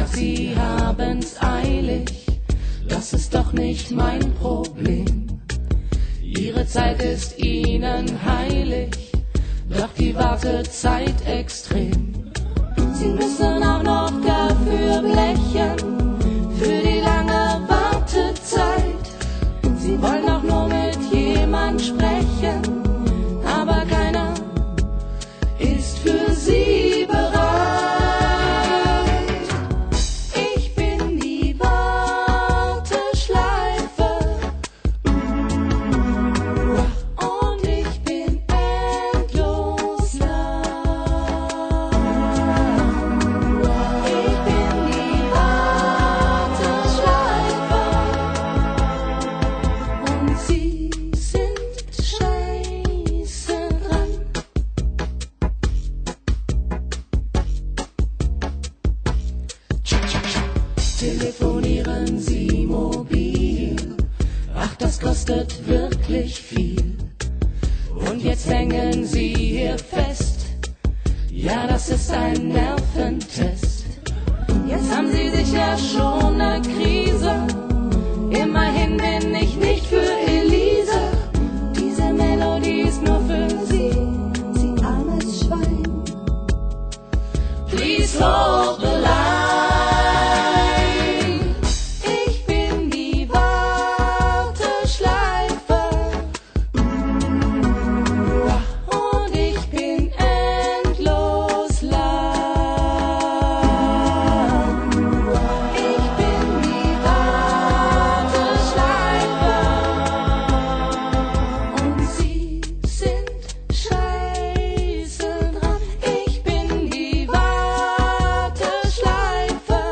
Sie haben's eilig, das ist doch nicht mein Problem. Ihre Zeit ist Ihnen heilig, doch die Wartezeit extrem. Sie müssen auch noch dafür blechen, für die lange Wartezeit. Sie wollen auch nur mit jemand sprechen, aber keiner ist für Sie bereit. Ich bin die Warteschleife und ich bin endlos lang. Ich bin die Warteschleife und Sie sind scheiße dran. Telefonieren Sie mobil, ach das kostet wirklich viel. Und jetzt hängen Sie hier fest, ja das ist ein Nerventest. Jetzt haben Sie sicher schon eine Krise, immerhin bin ich nicht für Elise. Diese Melodie ist nur für Sie, Sie armes Schwein. Please hold the line. Ich bin die Warteschleife und ich bin endlos lang. Ich bin die Warteschleife und Sie sind scheiße dran. Ich bin die Warteschleife,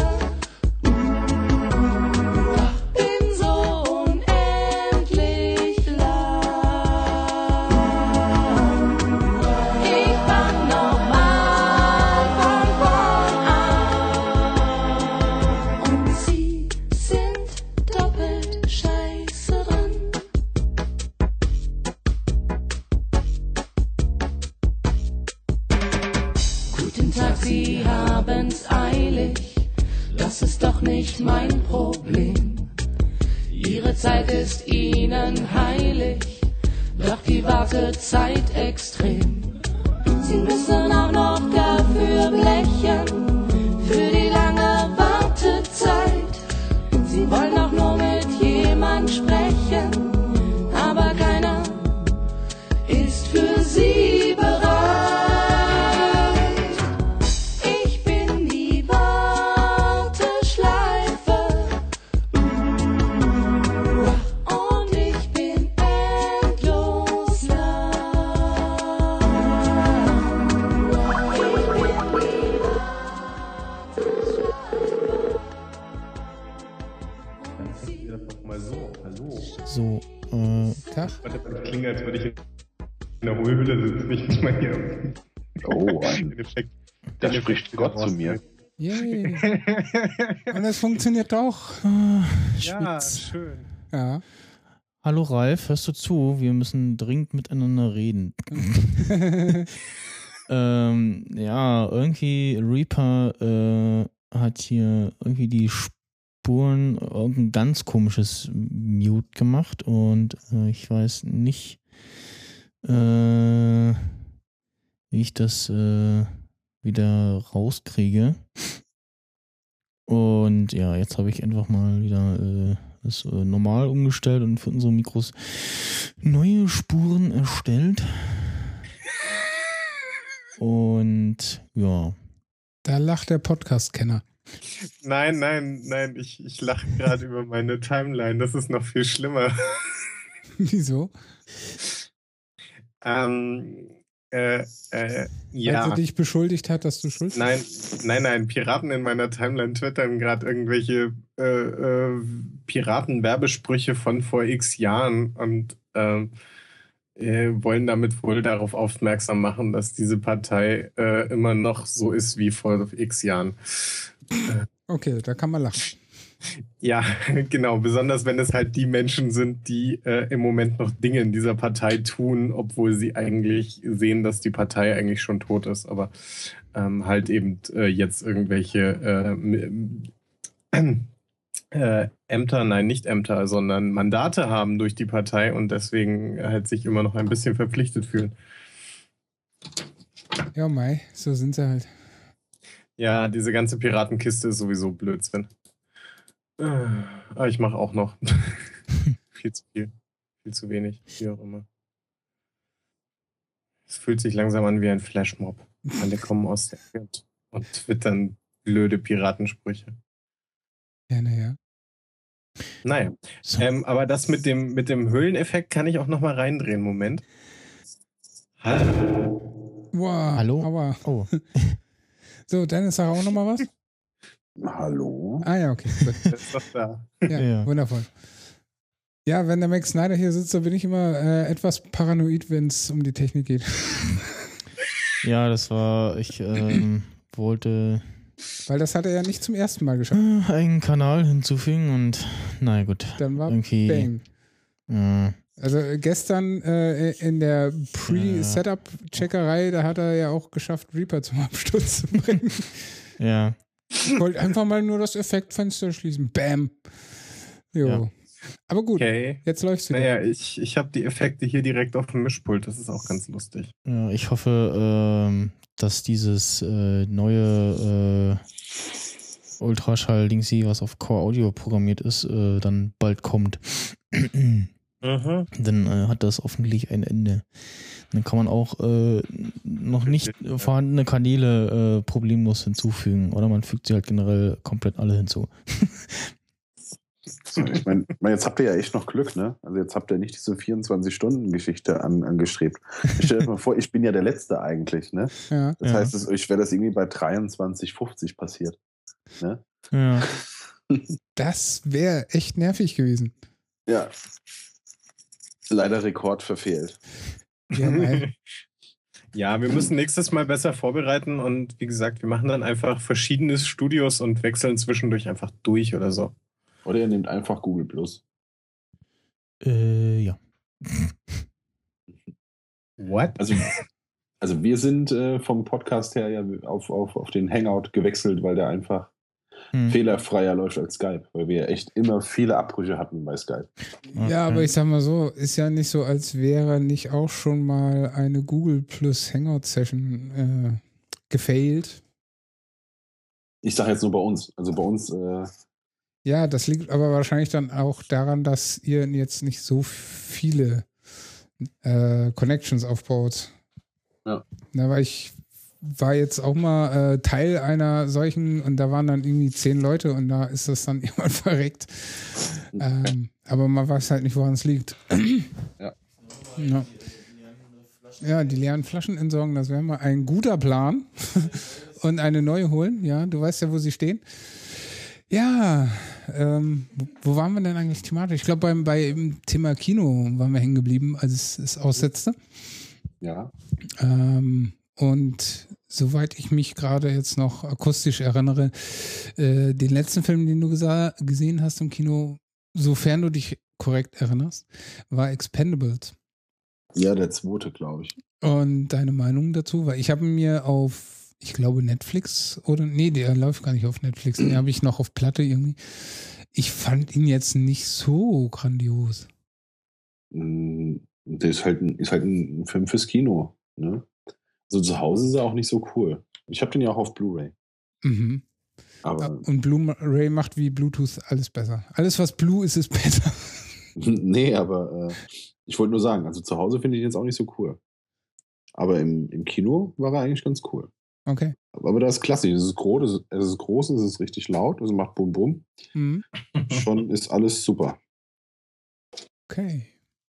bin so unendlich lang. Ich fang nochmal von vorn an und Sie sind doppelt scheiße dran. Guten Tag, Sie haben's eilig, das ist doch nicht mein Problem. Ihre Zeit ist Ihnen heilig, doch die Wartezeit extrem. Sie müssen auch noch dafür blechen, für die lange Wartezeit. Sie wollen auch nur mit jemand sprechen, aber keiner ist für Sie bereit. Ich bin die Warteschleife und ich bin endlos lang. Ich bin die Dann ihr das doch mal so. Hallo. So, Tag. Warte, das klingt, als würde ich in der Hohlhülle sitzen. Ich muss mal hier. Oh, Den Effekt. da Den spricht Effekt Gott wieder zu mir. Yay. Und es funktioniert auch. Ja, Spitz. schön. Ja. Hallo Ralf, hörst du zu? Wir müssen dringend miteinander reden. Ja, irgendwie Reaper hat hier irgendwie die Spuren irgendein ganz komisches Mute gemacht und ich weiß nicht, wie ich das wieder rauskriege. Und ja, jetzt habe ich einfach mal wieder das normal umgestellt und für unsere Mikros neue Spuren erstellt. Und ja. Da lacht der Podcast-Kenner. Nein. Ich lache gerade über meine Timeline. Das ist noch viel schlimmer. Wieso? Ja. Als er dich beschuldigt hat, dass du schuld bist? Nein. Piraten in meiner Timeline twittern gerade irgendwelche Piraten-Werbesprüche von vor x Jahren und wollen damit wohl darauf aufmerksam machen, dass diese Partei immer noch so ist wie vor x Jahren. Okay, da kann man lachen. Ja, genau. Besonders wenn es halt die Menschen sind, die im Moment noch Dinge in dieser Partei tun, obwohl sie eigentlich sehen, dass die Partei eigentlich schon tot ist. Aber halt eben jetzt irgendwelche Ämter, nein, nicht Ämter, sondern Mandate haben durch die Partei und deswegen halt sich immer noch ein bisschen verpflichtet fühlen. Ja, Mai, so sind sie halt. Ja, diese ganze Piratenkiste ist sowieso Blödsinn. Aber ich mache auch noch viel zu viel. Viel zu wenig, wie auch immer. Es fühlt sich langsam an wie ein Flashmob. Alle kommen aus der Ecke und twittern blöde Piratensprüche. Ja, naja. Naja, so. Aber das mit dem Höhleneffekt kann ich auch noch mal reindrehen. Moment. Hallo. Wow, hallo? Aber. Oh. So, Dennis, sag auch noch mal was? Hallo? Ah ja, okay. Gut. Das ist doch da. Ja, wundervoll. Ja, wenn der Max Snyder hier sitzt, dann bin ich immer etwas paranoid, wenn es um die Technik geht. Ja, das war, ich wollte... Weil das hat er ja nicht zum ersten Mal geschafft. Einen Kanal hinzufügen und naja gut. Dann war irgendwie, Bang. Ja. Also gestern in der Pre-Setup-Checkerei, da hat er ja auch geschafft, Reaper zum Absturz zu bringen. Ja. Ich wollte einfach mal nur das Effektfenster schließen. Bam. Jo. Ja. Aber gut, okay. Jetzt läuft's wieder. Naja, ich habe die Effekte hier direkt auf dem Mischpult. Das ist auch ganz lustig. Ja, ich hoffe, dass dieses neue Ultraschall-Dingsy, was auf Core Audio programmiert ist, dann bald kommt. Dann hat das hoffentlich ein Ende. Dann kann man auch noch nicht vorhandene Kanäle problemlos hinzufügen. Oder man fügt sie halt generell komplett alle hinzu. Ich meine, jetzt habt ihr ja echt noch Glück, ne? Also jetzt habt ihr nicht diese 24-Stunden-Geschichte angestrebt. Ich stelle euch mal vor, ich bin ja der Letzte eigentlich, ne? Ja. Das heißt, ich wäre das irgendwie bei 23,50 passiert. Ne? Ja. Das wäre echt nervig gewesen. Ja. Leider Rekord verfehlt. Ja, ja, wir müssen nächstes Mal besser vorbereiten und wie gesagt, wir machen dann einfach verschiedene Studios und wechseln zwischendurch einfach durch oder so. Oder ihr nehmt einfach Google Plus. Ja. What? Also wir sind vom Podcast her ja auf den Hangout gewechselt, weil der einfach fehlerfreier läuft als Skype, weil wir echt immer viele Abbrüche hatten bei Skype. Okay. Ja, aber ich sag mal so, ist ja nicht so, als wäre nicht auch schon mal eine Google Plus Hangout Session gefailt. Ich sag jetzt nur bei uns. Also bei uns ja, das liegt aber wahrscheinlich dann auch daran, dass ihr jetzt nicht so viele Connections aufbaut. Ja. Na, weil ich war jetzt auch mal Teil einer solchen und da waren dann irgendwie 10 Leute und da ist das dann irgendwann verreckt. Aber man weiß halt nicht, woran es liegt. Ja. Ja, die leeren Flaschen entsorgen, das wäre mal ein guter Plan. Und eine neue holen, ja, du weißt ja, wo sie stehen. Ja, wo waren wir denn eigentlich thematisch? Ich glaube, beim Thema Kino waren wir hängen geblieben, als es aussetzte. Ja. Und soweit ich mich gerade jetzt noch akustisch erinnere, den letzten Film, den du gesehen hast im Kino, sofern du dich korrekt erinnerst, war Expendables. Ja, der zweite, glaube ich. Und deine Meinung dazu? Weil ich habe mir auf, ich glaube, Netflix oder, nee, der läuft gar nicht auf Netflix, den habe ich noch auf Platte irgendwie. Ich fand ihn jetzt nicht so grandios. Der ist halt ein Film fürs Kino, ne? Also zu Hause ist er auch nicht so cool. Ich habe den ja auch auf Blu-ray. Mhm. Und Blu-ray macht wie Bluetooth alles besser. Alles, was Blue ist, ist besser. Nee, aber ich wollte nur sagen, also zu Hause finde ich den jetzt auch nicht so cool. Aber im Kino war er eigentlich ganz cool. Okay. Aber das ist klassisch. Es ist groß, es ist richtig laut, also macht Bum Bum. Mhm. Schon ist alles super. Okay.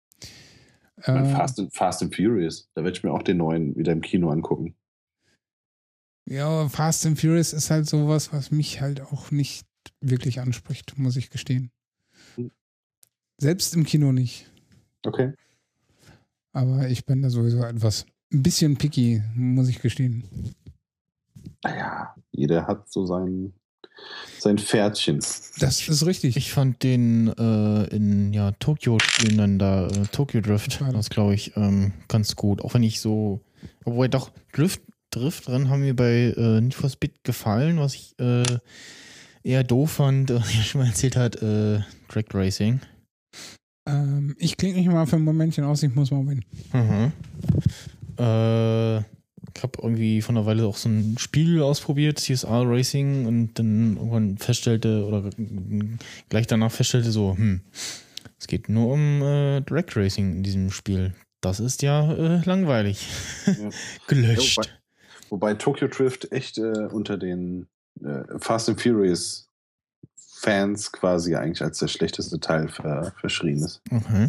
Fast and Furious, da werde ich mir auch den neuen wieder im Kino angucken. Ja, Fast and Furious ist halt sowas, was mich halt auch nicht wirklich anspricht, muss ich gestehen. Selbst im Kino nicht. Okay. Aber ich bin da sowieso ein bisschen picky, muss ich gestehen. Naja, jeder hat so seinen sein Pferdchen. Das ist richtig. Ich fand den in Tokio spielen dann da, Tokyo Drift, das glaube ich ganz gut. Auch wenn ich so, obwohl doch Drift drin haben mir bei Need for Speed gefallen, was ich eher doof fand, was ich schon mal erzählt hat, Track Racing. Ich klinge mich mal für ein Momentchen aus, ich muss mal hin. Ich habe irgendwie von einer Weile auch so ein Spiel ausprobiert, CSR Racing, und dann irgendwann feststellte oder gleich danach feststellte so, es geht nur um Drag Racing in diesem Spiel. Das ist ja langweilig. Ja. Gelöscht. Wobei Tokyo Drift echt unter den Fast and Furious Fans quasi eigentlich als der schlechteste Teil verschrien ist. Okay.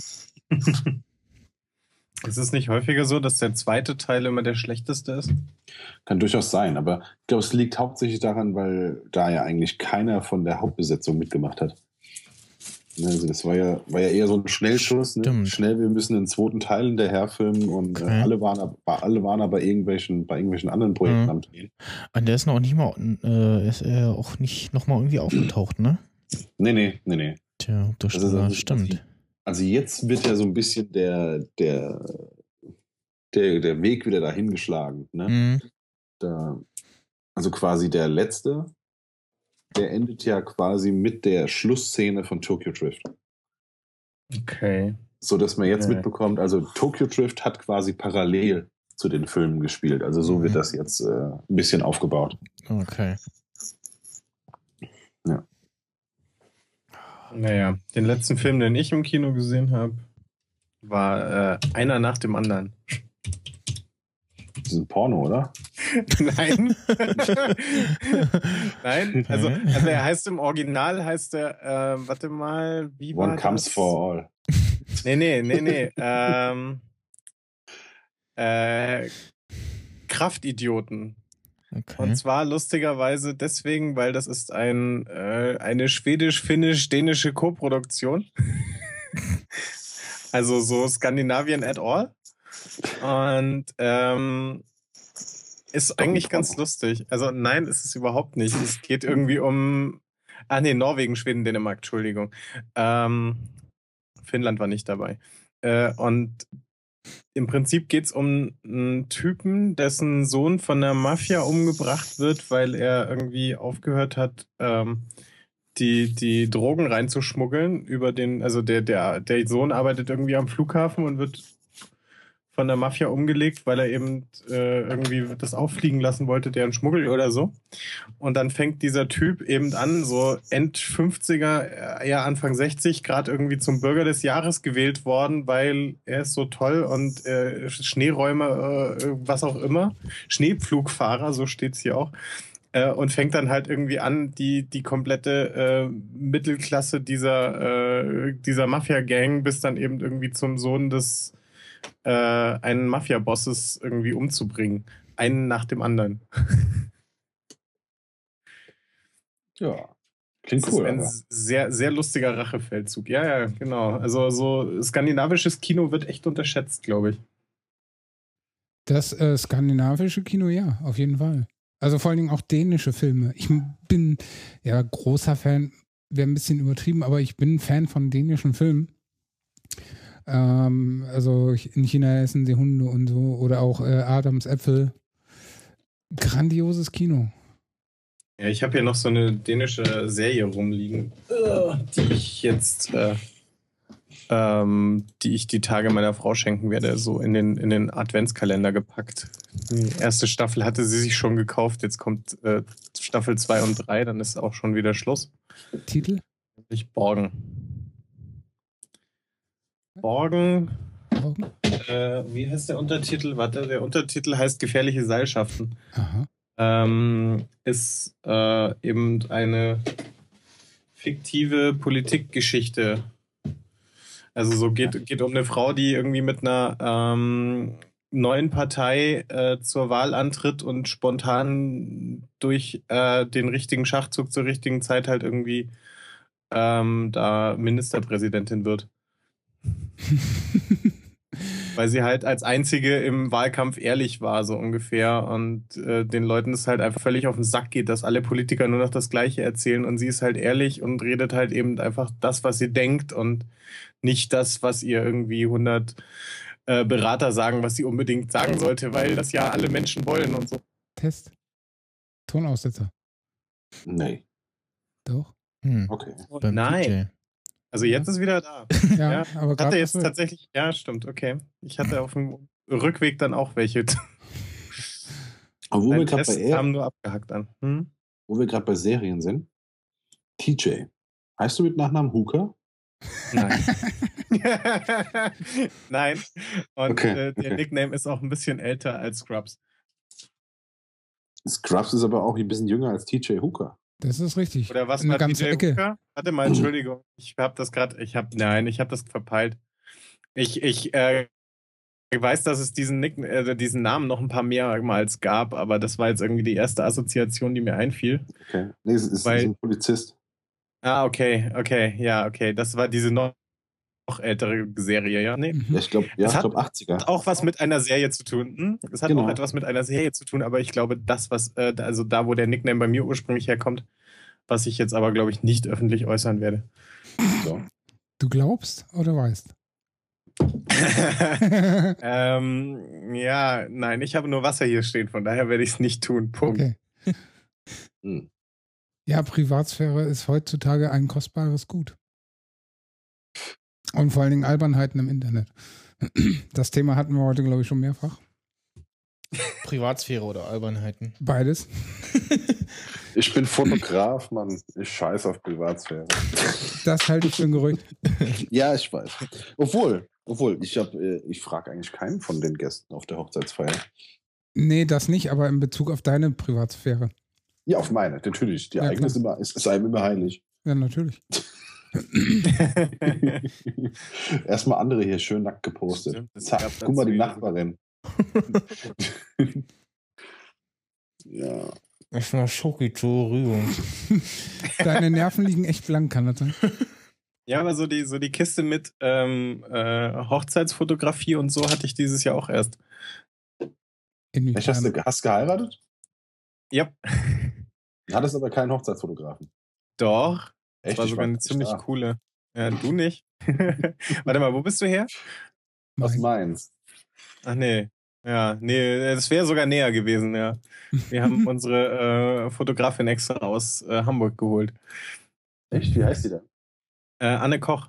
Ist es nicht häufiger so, dass der zweite Teil immer der schlechteste ist? Kann durchaus sein, aber ich glaube, es liegt hauptsächlich daran, weil da ja eigentlich keiner von der Hauptbesetzung mitgemacht hat. Also das war ja eher so ein Schnellschuss. Ne? Schnell, wir müssen den zweiten Teil hinterherfilmen und alle waren aber bei irgendwelchen anderen Projekten am Drehen. Und der ist noch nicht mal, ist er auch nicht nochmal irgendwie aufgetaucht, ne? Nee. Tja, ob das stimmt. Also jetzt wird ja so ein bisschen der Weg wieder dahin geschlagen. Ne? Also quasi der letzte, der endet ja quasi mit der Schlussszene von Tokyo Drift. Okay. So dass man jetzt mitbekommt, also Tokyo Drift hat quasi parallel zu den Filmen gespielt. Also so wird das jetzt ein bisschen aufgebaut. Okay. Ja. Naja, den letzten Film, den ich im Kino gesehen habe, war einer nach dem anderen. Das ist ein Porno, oder? Nein. Nein, also er heißt im Original, warte mal, wie war One Comes das? for All. Nee. Kraftidioten. Okay. Und zwar lustigerweise deswegen, weil das ist eine schwedisch-finnisch-dänische Koproduktion. Also so Skandinavien at all. Und ist eigentlich ganz lustig. Also nein, ist es überhaupt nicht. Es geht irgendwie um... Norwegen, Schweden, Dänemark, Entschuldigung. Finnland war nicht dabei. Und im Prinzip geht es um einen Typen, dessen Sohn von der Mafia umgebracht wird, weil er irgendwie aufgehört hat, die Drogen reinzuschmuggeln über also der Sohn arbeitet irgendwie am Flughafen und wird von der Mafia umgelegt, weil er eben irgendwie das auffliegen lassen wollte, deren Schmuggel oder so. Und dann fängt dieser Typ eben an, so End 50er, eher Anfang 60, gerade irgendwie zum Bürger des Jahres gewählt worden, weil er ist so toll und Schneeräumer, was auch immer, Schneepflugfahrer, so steht's hier auch. Und fängt dann halt irgendwie an, die komplette Mittelklasse dieser Mafia-Gang bis dann eben irgendwie zum Sohn des einen Mafia-Bosses irgendwie umzubringen. Einen nach dem anderen. Ja, klingt das cool. Das ist ein sehr, sehr lustiger Rachefeldzug. Ja, genau. Also so skandinavisches Kino wird echt unterschätzt, glaube ich. Das skandinavische Kino, ja, auf jeden Fall. Also vor allen Dingen auch dänische Filme. Ich bin ja großer Fan, wäre ein bisschen übertrieben, aber ich bin Fan von dänischen Filmen. Also in China essen sie Hunde und so. Oder auch Adams Äpfel. Grandioses Kino. Ja, ich habe hier noch so eine dänische Serie rumliegen, die ich jetzt die ich die Tage meiner Frau schenken werde, so in den Adventskalender gepackt. Die erste Staffel hatte sie sich schon gekauft, jetzt kommt Staffel 2 und 3, dann ist auch schon wieder Schluss. Titel? Borgen. Wie heißt der Untertitel? Warte, der Untertitel heißt Gefährliche Seilschaften. Aha. Ist eben eine fiktive Politikgeschichte. Also so geht um eine Frau, die irgendwie mit einer neuen Partei zur Wahl antritt und spontan durch den richtigen Schachzug zur richtigen Zeit halt irgendwie da Ministerpräsidentin wird. weil sie halt als einzige im Wahlkampf ehrlich war, so ungefähr. Und den Leuten es halt einfach völlig auf den Sack geht, dass alle Politiker nur noch das Gleiche erzählen. Und sie ist halt ehrlich und redet halt eben einfach das, was sie denkt und nicht das, was ihr irgendwie 100 Berater sagen, was sie unbedingt sagen sollte, weil das ja alle Menschen wollen und so. Test. Tonaussetzer. Nee. Doch. Okay. Beim Nein. DJ. Also jetzt ist wieder da. Ja, aber Hatte gerade jetzt tatsächlich, ja, stimmt, okay. Ich hatte auf dem Rückweg dann auch welche. Aber wo wir Dein gerade Test kam nur abgehackt an. wo wir gerade bei Serien sind, TJ. Heißt du mit Nachnamen Hooker? Nein. Nein. Und Okay, der Nickname ist auch ein bisschen älter als Scrubs. Scrubs ist aber auch ein bisschen jünger als TJ Hooker. Das ist richtig. Oder was Eine war ganze DJ Ecke. Hooker? Warte mal, Entschuldigung. Ich habe das gerade, ich habe das verpeilt. Ich weiß, dass es diesen Namen noch ein paar mehrmals gab, aber das war jetzt irgendwie die erste Assoziation, die mir einfiel. Okay. Nee, es ist ein Polizist. Ah, okay. Ja, okay. Das war diese noch ältere Serie, ja? Nee. Ja, ich glaube, Es hat 80er. Hat auch was mit einer Serie zu tun. Es hat Genau. auch etwas mit einer Serie zu tun, aber ich glaube, das, was, also da, wo der Nickname bei mir ursprünglich herkommt, was ich jetzt aber, glaube ich, nicht öffentlich äußern werde. So. Du glaubst oder weißt? Ja, nein, ich habe nur Wasser hier stehen, von daher werde ich es nicht tun. Punkt. Okay. Ja, Privatsphäre ist heutzutage ein kostbares Gut. Und vor allen Dingen Albernheiten im Internet. Das Thema hatten wir heute, glaube ich, schon mehrfach. Privatsphäre oder Albernheiten? Beides. Ich bin Fotograf, Mann. Ich scheiße auf Privatsphäre. Das halte ich für ein Gerücht. Ja, ich weiß. Obwohl, ich frage eigentlich keinen von den Gästen auf der Hochzeitsfeier. Nee, das nicht, aber in Bezug auf deine Privatsphäre. Ja, auf meine, natürlich. Die Ja, eigene ist einem immer heilig. Ja, natürlich. Erstmal andere hier schön nackt gepostet. Stimmt, das Zack, gab guck mal die dazu Nachbarin. Ja. Das ist eine Schoki-Rührung. Deine Nerven liegen echt blank, kann das sein? Ja, aber so die Kiste mit Hochzeitsfotografie und so hatte ich dieses Jahr auch erst. Echt, hast du geheiratet? Ja. Hattest aber keinen Hochzeitsfotografen. Doch. Das Echt? war Ich sogar war eine nicht ziemlich da. coole. Ja, du nicht. Warte mal, wo bist du her? Was Mein- meinst? Ach nee. Ja, nee, das wäre sogar näher gewesen, ja. Wir haben unsere Fotografin extra aus Hamburg geholt. Echt? Wie heißt die denn? Anne Koch.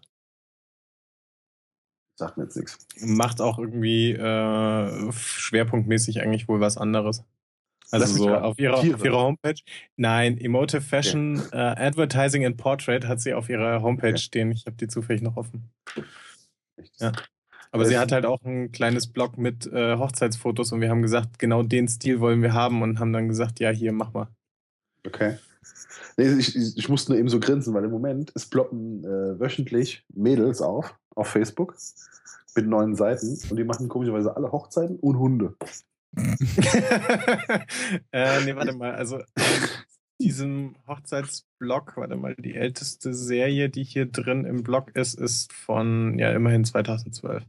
Sagt mir jetzt nichts. Macht auch irgendwie schwerpunktmäßig eigentlich wohl was anderes. Also Lass mich so raten. auf ihrer Tiere. Homepage. Nein, Emotive Fashion, Advertising and Portrait hat sie auf ihrer Homepage stehen. Ich habe die zufällig noch offen. Echt? Ja. Aber sie hat halt auch ein kleines Blog mit Hochzeitsfotos und wir haben gesagt, genau den Stil wollen wir haben und haben dann gesagt, ja, hier, mach mal. Okay. Nee, ich musste nur eben so grinsen, weil im Moment, es ploppen wöchentlich Mädels auf Facebook mit neuen Seiten und die machen komischerweise alle Hochzeiten und Hunde. Nee, warte mal, also diesem Hochzeitsblog, warte mal, die älteste Serie, die hier drin im Blog ist von, ja, immerhin 2012.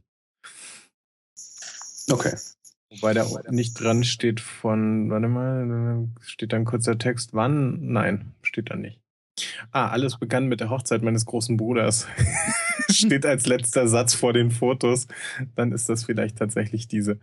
Okay. Wobei da nicht dran steht von, warte mal, steht da ein kurzer Text, wann? Nein, steht da nicht. Alles begann mit der Hochzeit meines großen Bruders. Steht als letzter Satz vor den Fotos. Dann ist das vielleicht tatsächlich diese.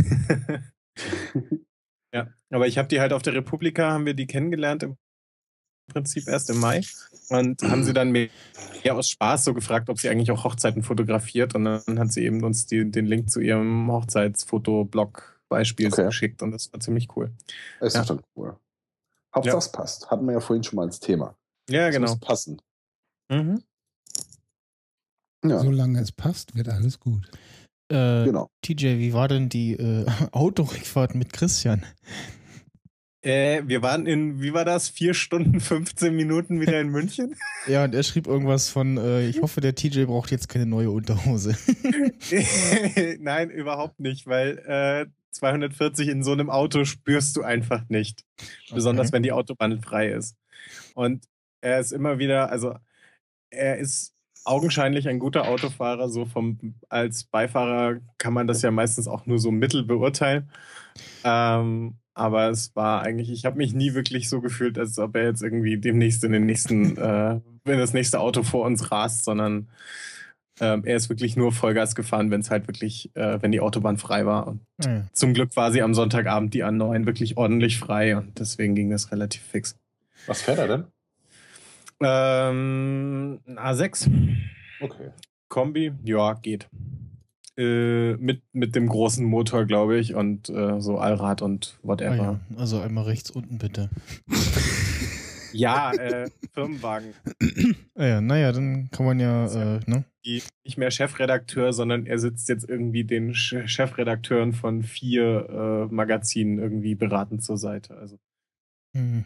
Ja, aber ich habe die halt auf der Republika, haben wir die kennengelernt im Prinzip erst im Mai und haben sie dann mehr aus Spaß so gefragt, ob sie eigentlich auch Hochzeiten fotografiert und dann hat sie eben uns den Link zu ihrem Hochzeitsfotoblog-Beispiel geschickt und das war ziemlich cool. Das ist dann cool. Hauptsache es passt. Hatten wir ja vorhin schon mal als Thema. Ja, Das genau. muss passen. Mhm. Ja, Solange es passt, wird alles gut. genau. TJ, wie war denn die Autorückfahrt mit Christian? Wir waren wie war das? 4 Stunden, 15 Minuten wieder in München? Ja, und er schrieb irgendwas von, ich hoffe, der TJ braucht jetzt keine neue Unterhose. Nein, überhaupt nicht, weil 240 in so einem Auto spürst du einfach nicht. Besonders wenn die Autobahn frei ist. Und er ist immer wieder, also er ist augenscheinlich ein guter Autofahrer. So als Beifahrer kann man das ja meistens auch nur so mittel beurteilen. Aber es war eigentlich, ich habe mich nie wirklich so gefühlt, als ob er jetzt irgendwie demnächst in das nächste Auto vor uns rast, sondern er ist wirklich nur Vollgas gefahren, wenn es halt wirklich, wenn die Autobahn frei war. Und zum Glück war sie am Sonntagabend die A9 wirklich ordentlich frei und deswegen ging das relativ fix. Was fährt er denn? A6. Okay. Kombi, ja, geht. Mit dem großen Motor, glaube ich, und so Allrad und whatever. Ja. Also einmal rechts unten, bitte. Ja, Firmenwagen. Naja, dann kann man ja, ne? Nicht mehr Chefredakteur, sondern er sitzt jetzt irgendwie den Chefredakteuren von 4 Magazinen irgendwie beratend zur Seite. Also. Mhm.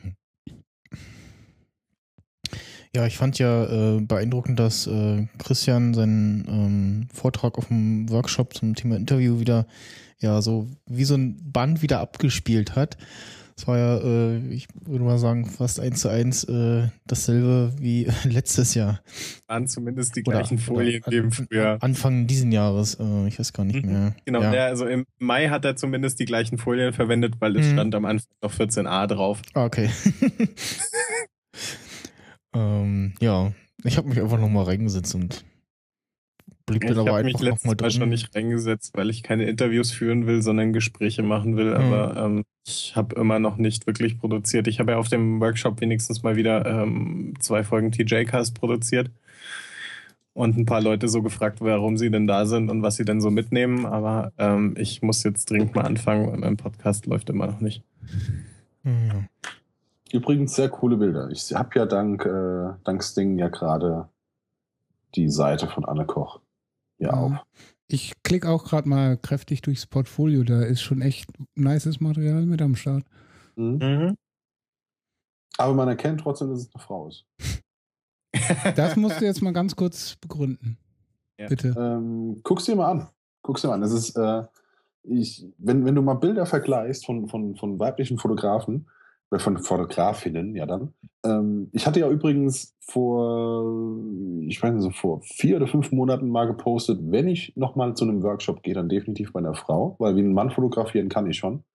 Ja, ich fand ja beeindruckend, dass Christian seinen Vortrag auf dem Workshop zum Thema Interview wieder ja so wie so ein Band wieder abgespielt hat. Das war ja, ich würde mal sagen, fast 1:1 dasselbe wie letztes Jahr. Waren zumindest die gleichen Folien wie im Frühjahr. Anfang diesen Jahres, ich weiß gar nicht mehr. Genau, ja. Also im Mai hat er zumindest die gleichen Folien verwendet, weil es stand am Anfang noch 14a drauf. Okay. Ja, ich habe mich einfach nochmal reingesetzt und blieb dann aber einfach nochmal drin. Ich habe mich schon nicht reingesetzt, weil ich keine Interviews führen will, sondern Gespräche machen will, aber ich habe immer noch nicht wirklich produziert. Ich habe ja auf dem Workshop wenigstens mal wieder 2 Folgen TJ-Cast produziert und ein paar Leute so gefragt, warum sie denn da sind und was sie denn so mitnehmen, aber ich muss jetzt dringend mal anfangen, weil mein Podcast läuft immer noch nicht. Ja. Übrigens sehr coole Bilder. Ich habe ja dank Sting ja gerade die Seite von Anne Koch hier auf. Ich klicke auch gerade mal kräftig durchs Portfolio. Da ist schon echt nices Material mit am Start. Mhm. Aber man erkennt trotzdem, dass es eine Frau ist. Das musst du jetzt mal ganz kurz begründen. Ja. Bitte. Guck's dir mal an. Es ist, wenn du mal Bilder vergleichst von weiblichen Fotografen, von Fotografinnen, ja dann. Ich hatte ja übrigens vor 4 oder 5 Monaten mal gepostet, wenn ich nochmal zu einem Workshop gehe, dann definitiv bei einer Frau, weil wie ein Mann fotografieren kann ich schon.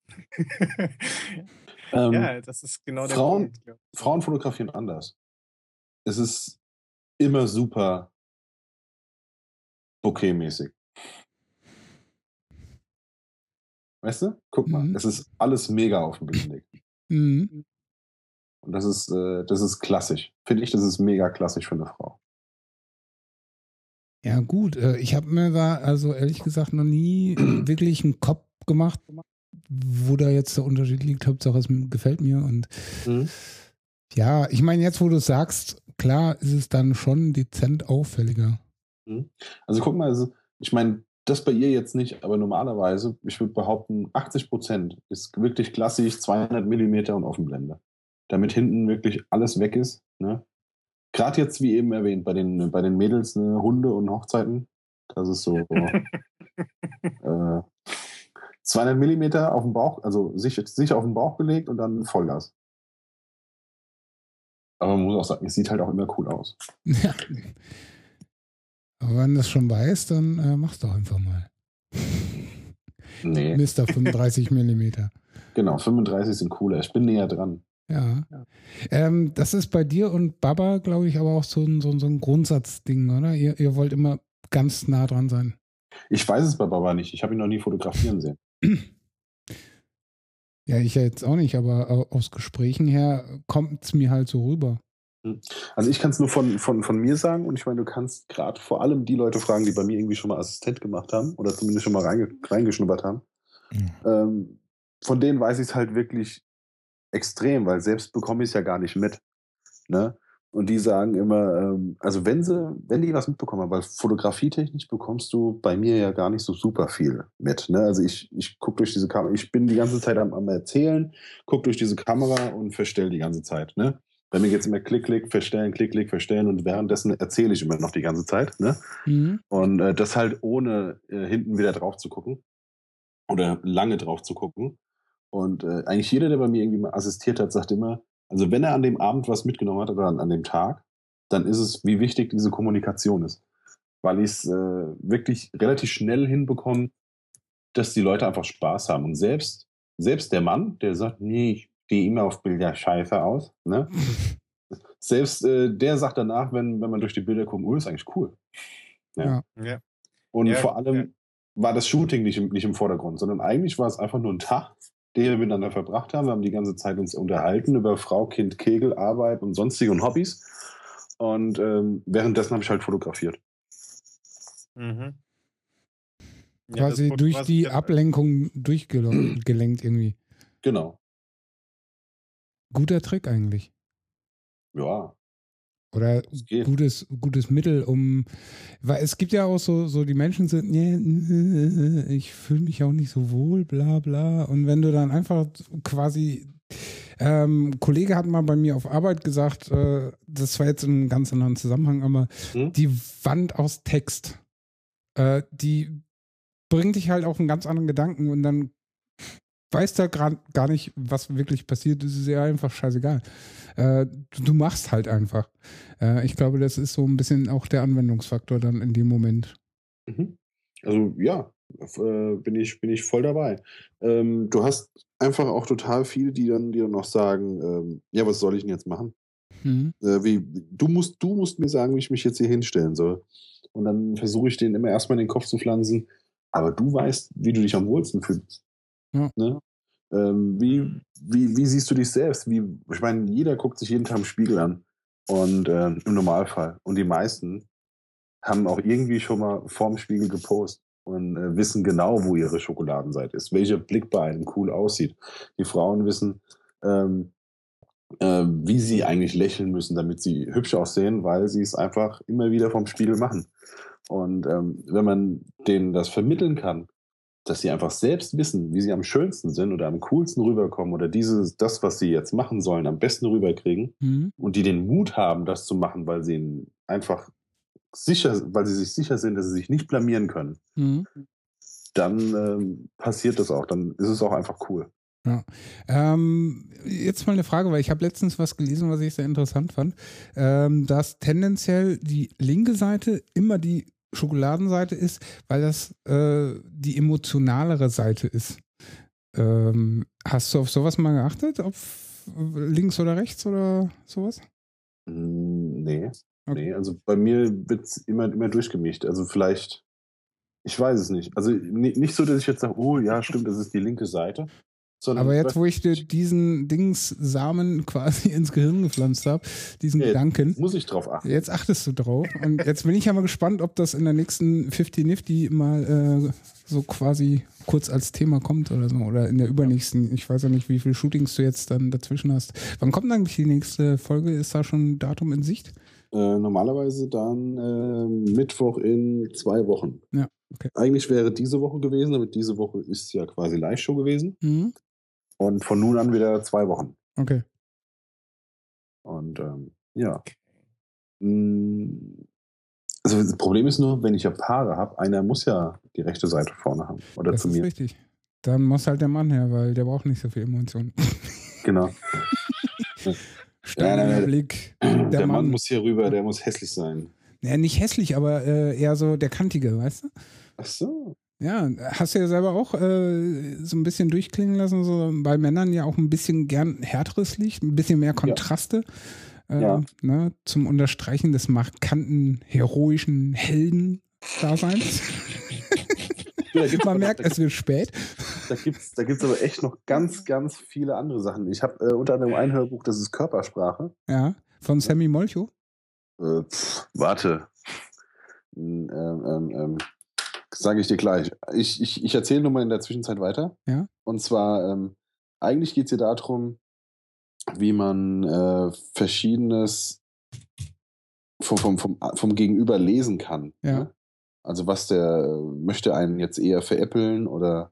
Ja, das ist genau der Punkt. Frauen fotografieren anders. Es ist immer super bokeh-mäßig. Weißt du? Guck mal, es ist alles mega auf dem Bild gelegt. Und das ist klassisch. Finde ich, das ist mega klassisch für eine Frau. Ja, gut. Ich habe mir da also ehrlich gesagt noch nie wirklich einen Kopf gemacht, wo da jetzt der Unterschied liegt. Hauptsache, es gefällt mir. Und ja, ich meine, jetzt, wo du sagst, klar ist es dann schon dezent auffälliger. Also guck mal, ich meine, das bei ihr jetzt nicht, aber normalerweise, ich würde behaupten, 80% ist wirklich klassisch 200 mm und Offenblende. Damit hinten wirklich alles weg ist. Ne? Gerade jetzt, wie eben erwähnt, bei den Mädels, ne, Hunde und Hochzeiten, das ist so 200 mm auf den Bauch, also sich auf den Bauch gelegt und dann Vollgas. Aber man muss auch sagen, es sieht halt auch immer cool aus. Ja. Aber wenn du das schon weißt, dann mach's doch einfach mal. Nee. Mr. 35 mm. Genau, 35 sind cooler. Ich bin näher dran. Ja. Das ist bei dir und Baba, glaube ich, aber auch so ein Grundsatzding, oder? Ihr wollt immer ganz nah dran sein. Ich weiß es bei Baba nicht. Ich habe ihn noch nie fotografieren sehen. Ja, ich ja jetzt auch nicht, aber aus Gesprächen her kommt es mir halt so rüber. Also ich kann es nur von mir sagen und ich meine, du kannst gerade vor allem die Leute fragen, die bei mir irgendwie schon mal Assistent gemacht haben oder zumindest schon mal reingeschnuppert haben. Von denen weiß ich es halt wirklich extrem, weil selbst bekomme ich es ja gar nicht mit. Ne? Und die sagen immer, also wenn die was mitbekommen haben, weil fotografietechnisch bekommst du bei mir ja gar nicht so super viel mit. Ne? Also ich gucke durch diese Kamera, ich bin die ganze Zeit am Erzählen, gucke durch diese Kamera und verstelle die ganze Zeit. Ne? Bei mir geht es immer Klick, verstellen, Klick, verstellen und währenddessen erzähle ich immer noch die ganze Zeit. Ne? Und das halt ohne hinten wieder drauf zu gucken oder lange drauf zu gucken. Und eigentlich jeder, der bei mir irgendwie mal assistiert hat, sagt immer, also wenn er an dem Abend was mitgenommen hat oder an dem Tag, dann ist es, wie wichtig diese Kommunikation ist. Weil ich es wirklich relativ schnell hinbekomme, dass die Leute einfach Spaß haben. Und selbst der Mann, der sagt, nee, ich stehe immer auf Bilder scheiße aus, ne? Selbst der sagt danach, wenn man durch die Bilder guckt, oh, ist eigentlich cool. Ja. Ja. Und Ja, vor allem war das Shooting nicht im Vordergrund, sondern eigentlich war es einfach nur ein Tag, den wir miteinander verbracht haben. Wir haben die ganze Zeit uns unterhalten über Frau, Kind, Kegel, Arbeit und sonstige und Hobbys. Und währenddessen habe ich halt fotografiert. Mhm. Quasi durch die Ablenkung durchgelenkt irgendwie. Genau. Guter Trick eigentlich. Ja. Oder Es geht. gutes Mittel, weil es gibt ja auch so die Menschen sind, nee, ich fühle mich auch nicht so wohl, bla bla. Und wenn du dann einfach quasi, ein Kollege hat mal bei mir auf Arbeit gesagt, das war jetzt in einem ganz anderen Zusammenhang, aber die Wand aus Text, die bringt dich halt auf einen ganz anderen Gedanken und dann weißt du gar nicht, was wirklich passiert. Das ist ja einfach scheißegal. Du machst halt einfach. Ich glaube, das ist so ein bisschen auch der Anwendungsfaktor dann in dem Moment. Also ja, bin ich voll dabei. Du hast einfach auch total viele, die dann noch sagen, ja, was soll ich denn jetzt machen? Du musst mir sagen, wie ich mich jetzt hier hinstellen soll. Und dann versuche ich denen immer erstmal in den Kopf zu pflanzen, aber du weißt, wie du dich am wohlsten fühlst. Ja. Ne? Wie siehst du dich selbst? Ich meine, jeder guckt sich jeden Tag im Spiegel an. Und im Normalfall. Und die meisten haben auch irgendwie schon mal vorm Spiegel gepostet und wissen genau, wo ihre Schokoladenseite ist, welcher Blick bei einem cool aussieht. Die Frauen wissen, wie sie eigentlich lächeln müssen, damit sie hübsch aussehen, weil sie es einfach immer wieder vom Spiegel machen. Und wenn man denen das vermitteln kann, dass sie einfach selbst wissen, wie sie am schönsten sind oder am coolsten rüberkommen oder das, was sie jetzt machen sollen, am besten rüberkriegen und die den Mut haben, das zu machen, weil sie sich sicher sind, dass sie sich nicht blamieren können, dann passiert das auch. Dann ist es auch einfach cool. Ja. Jetzt mal eine Frage, weil ich habe letztens was gelesen, was ich sehr interessant fand, dass tendenziell die linke Seite immer die Schokoladenseite ist, weil das die emotionalere Seite ist. Hast du auf sowas mal geachtet? Auf links oder rechts oder sowas? Nee. Okay. Nee, also bei mir wird es immer durchgemischt. Also vielleicht, ich weiß es nicht. Also nicht so, dass ich jetzt sage, oh ja, stimmt, das ist die linke Seite. Aber jetzt, wo ich dir diesen Samen quasi ins Gehirn gepflanzt habe, diesen Gedanken. Muss ich drauf achten. Jetzt achtest du drauf. Und jetzt bin ich ja mal gespannt, ob das in der nächsten 50-Nifty mal so quasi kurz als Thema kommt oder so. Oder in der übernächsten. Ich weiß ja nicht, wie viele Shootings du jetzt dann dazwischen hast. Wann kommt eigentlich die nächste Folge? Ist da schon ein Datum in Sicht? Normalerweise dann Mittwoch in 2 Wochen. Ja, okay. Eigentlich wäre diese Woche gewesen, aber diese Woche ist ja quasi Live-Show gewesen. Und von nun an wieder 2 Wochen. Okay. Und ja. Also das Problem ist nur, wenn ich ja Paare habe, einer muss ja die rechte Seite vorne haben. Oder das zu mir. Das ist richtig. Dann muss halt der Mann her, weil der braucht nicht so viel Emotionen. Genau. Steiniger Blick. Der Mann muss hier rüber, der muss hässlich sein. Ja, nicht hässlich, aber eher so der Kantige, weißt du? Ach so. Ja, hast du ja selber auch so ein bisschen durchklingen lassen, so bei Männern ja auch ein bisschen gern härteres Licht, ein bisschen mehr Kontraste. Ne, zum Unterstreichen des markanten, heroischen Helden-Daseins. Man merkt, es wird spät. Da gibt's aber echt noch ganz, ganz viele andere Sachen. Ich habe unter anderem ein Hörbuch, das ist Körpersprache. Ja, von Sammy Molcho. Warte. Sage ich dir gleich. Ich erzähle nur mal in der Zwischenzeit weiter. Ja. Und zwar, eigentlich geht es hier darum, wie man Verschiedenes vom Gegenüber lesen kann. Ja. Ne? Also was möchte einen jetzt eher veräppeln oder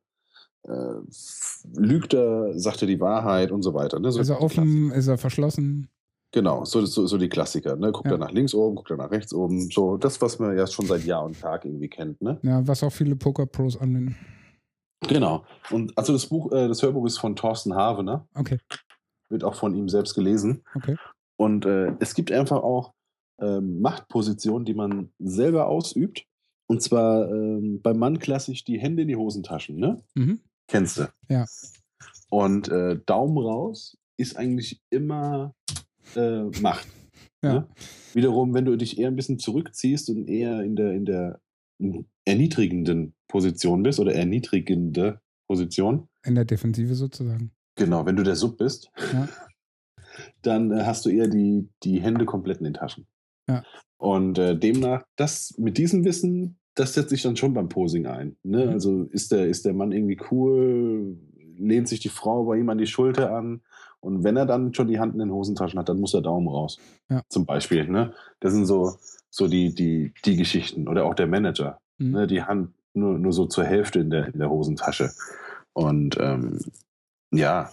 lügt er, sagt er die Wahrheit und so weiter. Ne? So ist er offen, ist er verschlossen? Genau, so die Klassiker. Ne? Guckt er nach links oben, guckt er nach rechts oben. So das, was man ja schon seit Jahr und Tag irgendwie kennt. Ne? Ja, was auch viele Poker-Pros anwenden. Genau. Und also das Hörbuch ist von Thorsten Havener. Okay. Wird auch von ihm selbst gelesen. Okay. Und es gibt einfach auch Machtposition, die man selber ausübt. Und zwar beim Mann klassisch die Hände in die Hosentaschen, ne? Mhm. Kennst du? Ja. Und Daumen raus ist eigentlich immer Macht. Ja. Ne? Wiederum, wenn du dich eher ein bisschen zurückziehst und eher in der erniedrigenden Position bist oder erniedrigende Position. In der Defensive sozusagen. Genau, wenn du der Sub bist, Ja. dann hast du eher die Hände komplett in den Taschen. Ja. Und demnach, mit diesem Wissen, das setzt sich dann schon beim Posing ein. Ne? Mhm. Also ist der Mann irgendwie cool, lehnt sich die Frau bei ihm an die Schulter an und wenn er dann schon die Hand in den Hosentaschen hat, dann muss der Daumen raus. Ja. Zum Beispiel. Ne? Das sind so die Geschichten. Oder auch der Manager. Mhm. Ne? Die Hand nur so zur Hälfte in der Hosentasche. Und ja,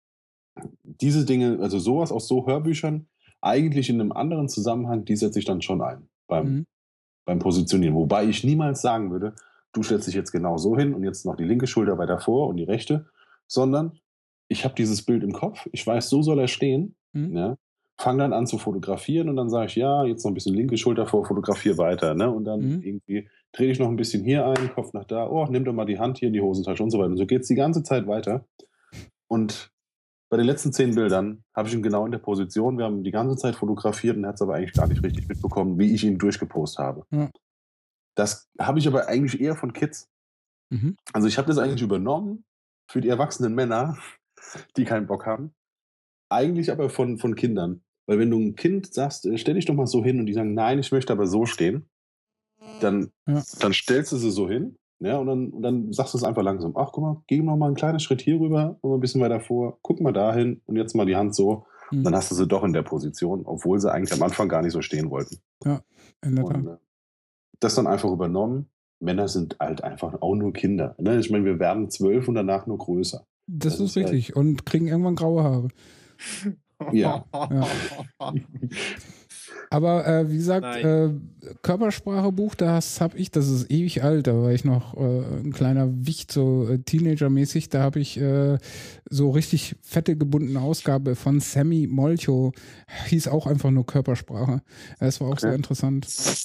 diese Dinge, also sowas aus so Hörbüchern, eigentlich in einem anderen Zusammenhang, die setze ich dann schon ein beim Positionieren. Wobei ich niemals sagen würde, du stellst dich jetzt genau so hin und jetzt noch die linke Schulter weiter vor und die rechte, sondern ich habe dieses Bild im Kopf, ich weiß, so soll er stehen, ja, fange dann an zu fotografieren und dann sage ich, ja, jetzt noch ein bisschen linke Schulter vor, fotografiere weiter, ne? Und dann irgendwie drehe ich noch ein bisschen hier ein, Kopf nach da, oh, nimm doch mal die Hand hier in die Hosentasche und so weiter. Und so geht es die ganze Zeit weiter. Und bei den letzten 10 Bildern habe ich ihn genau in der Position. Wir haben die ganze Zeit fotografiert und er hat es aber eigentlich gar nicht richtig mitbekommen, wie ich ihn durchgepostet habe. Ja. Das habe ich aber eigentlich eher von Kids. Mhm. Also ich habe das eigentlich übernommen für die erwachsenen Männer, die keinen Bock haben. Eigentlich aber von Kindern. Weil wenn du ein Kind sagst, stell dich doch mal so hin und die sagen, nein, ich möchte aber so stehen, dann stellst du sie so hin. Ja, und dann sagst du es einfach langsam. Ach, guck mal, geh noch mal einen kleinen Schritt hier rüber, noch mal ein bisschen weiter vor, guck mal dahin und jetzt mal die Hand so. Und dann hast du sie doch in der Position, obwohl sie eigentlich am Anfang gar nicht so stehen wollten. Ja, in der Tat. Und das dann einfach übernommen. Männer sind halt einfach auch nur Kinder. Ne? Ich meine, wir werden 12 und danach nur größer. Das ist richtig. Und kriegen irgendwann graue Haare. Ja. Aber wie gesagt, Körpersprachebuch, das ist ewig alt, da war ich noch ein kleiner Wicht, so Teenager-mäßig, da habe ich so richtig fette gebundene Ausgabe von Sammy Molcho, hieß auch einfach nur Körpersprache. Das war auch sehr interessant.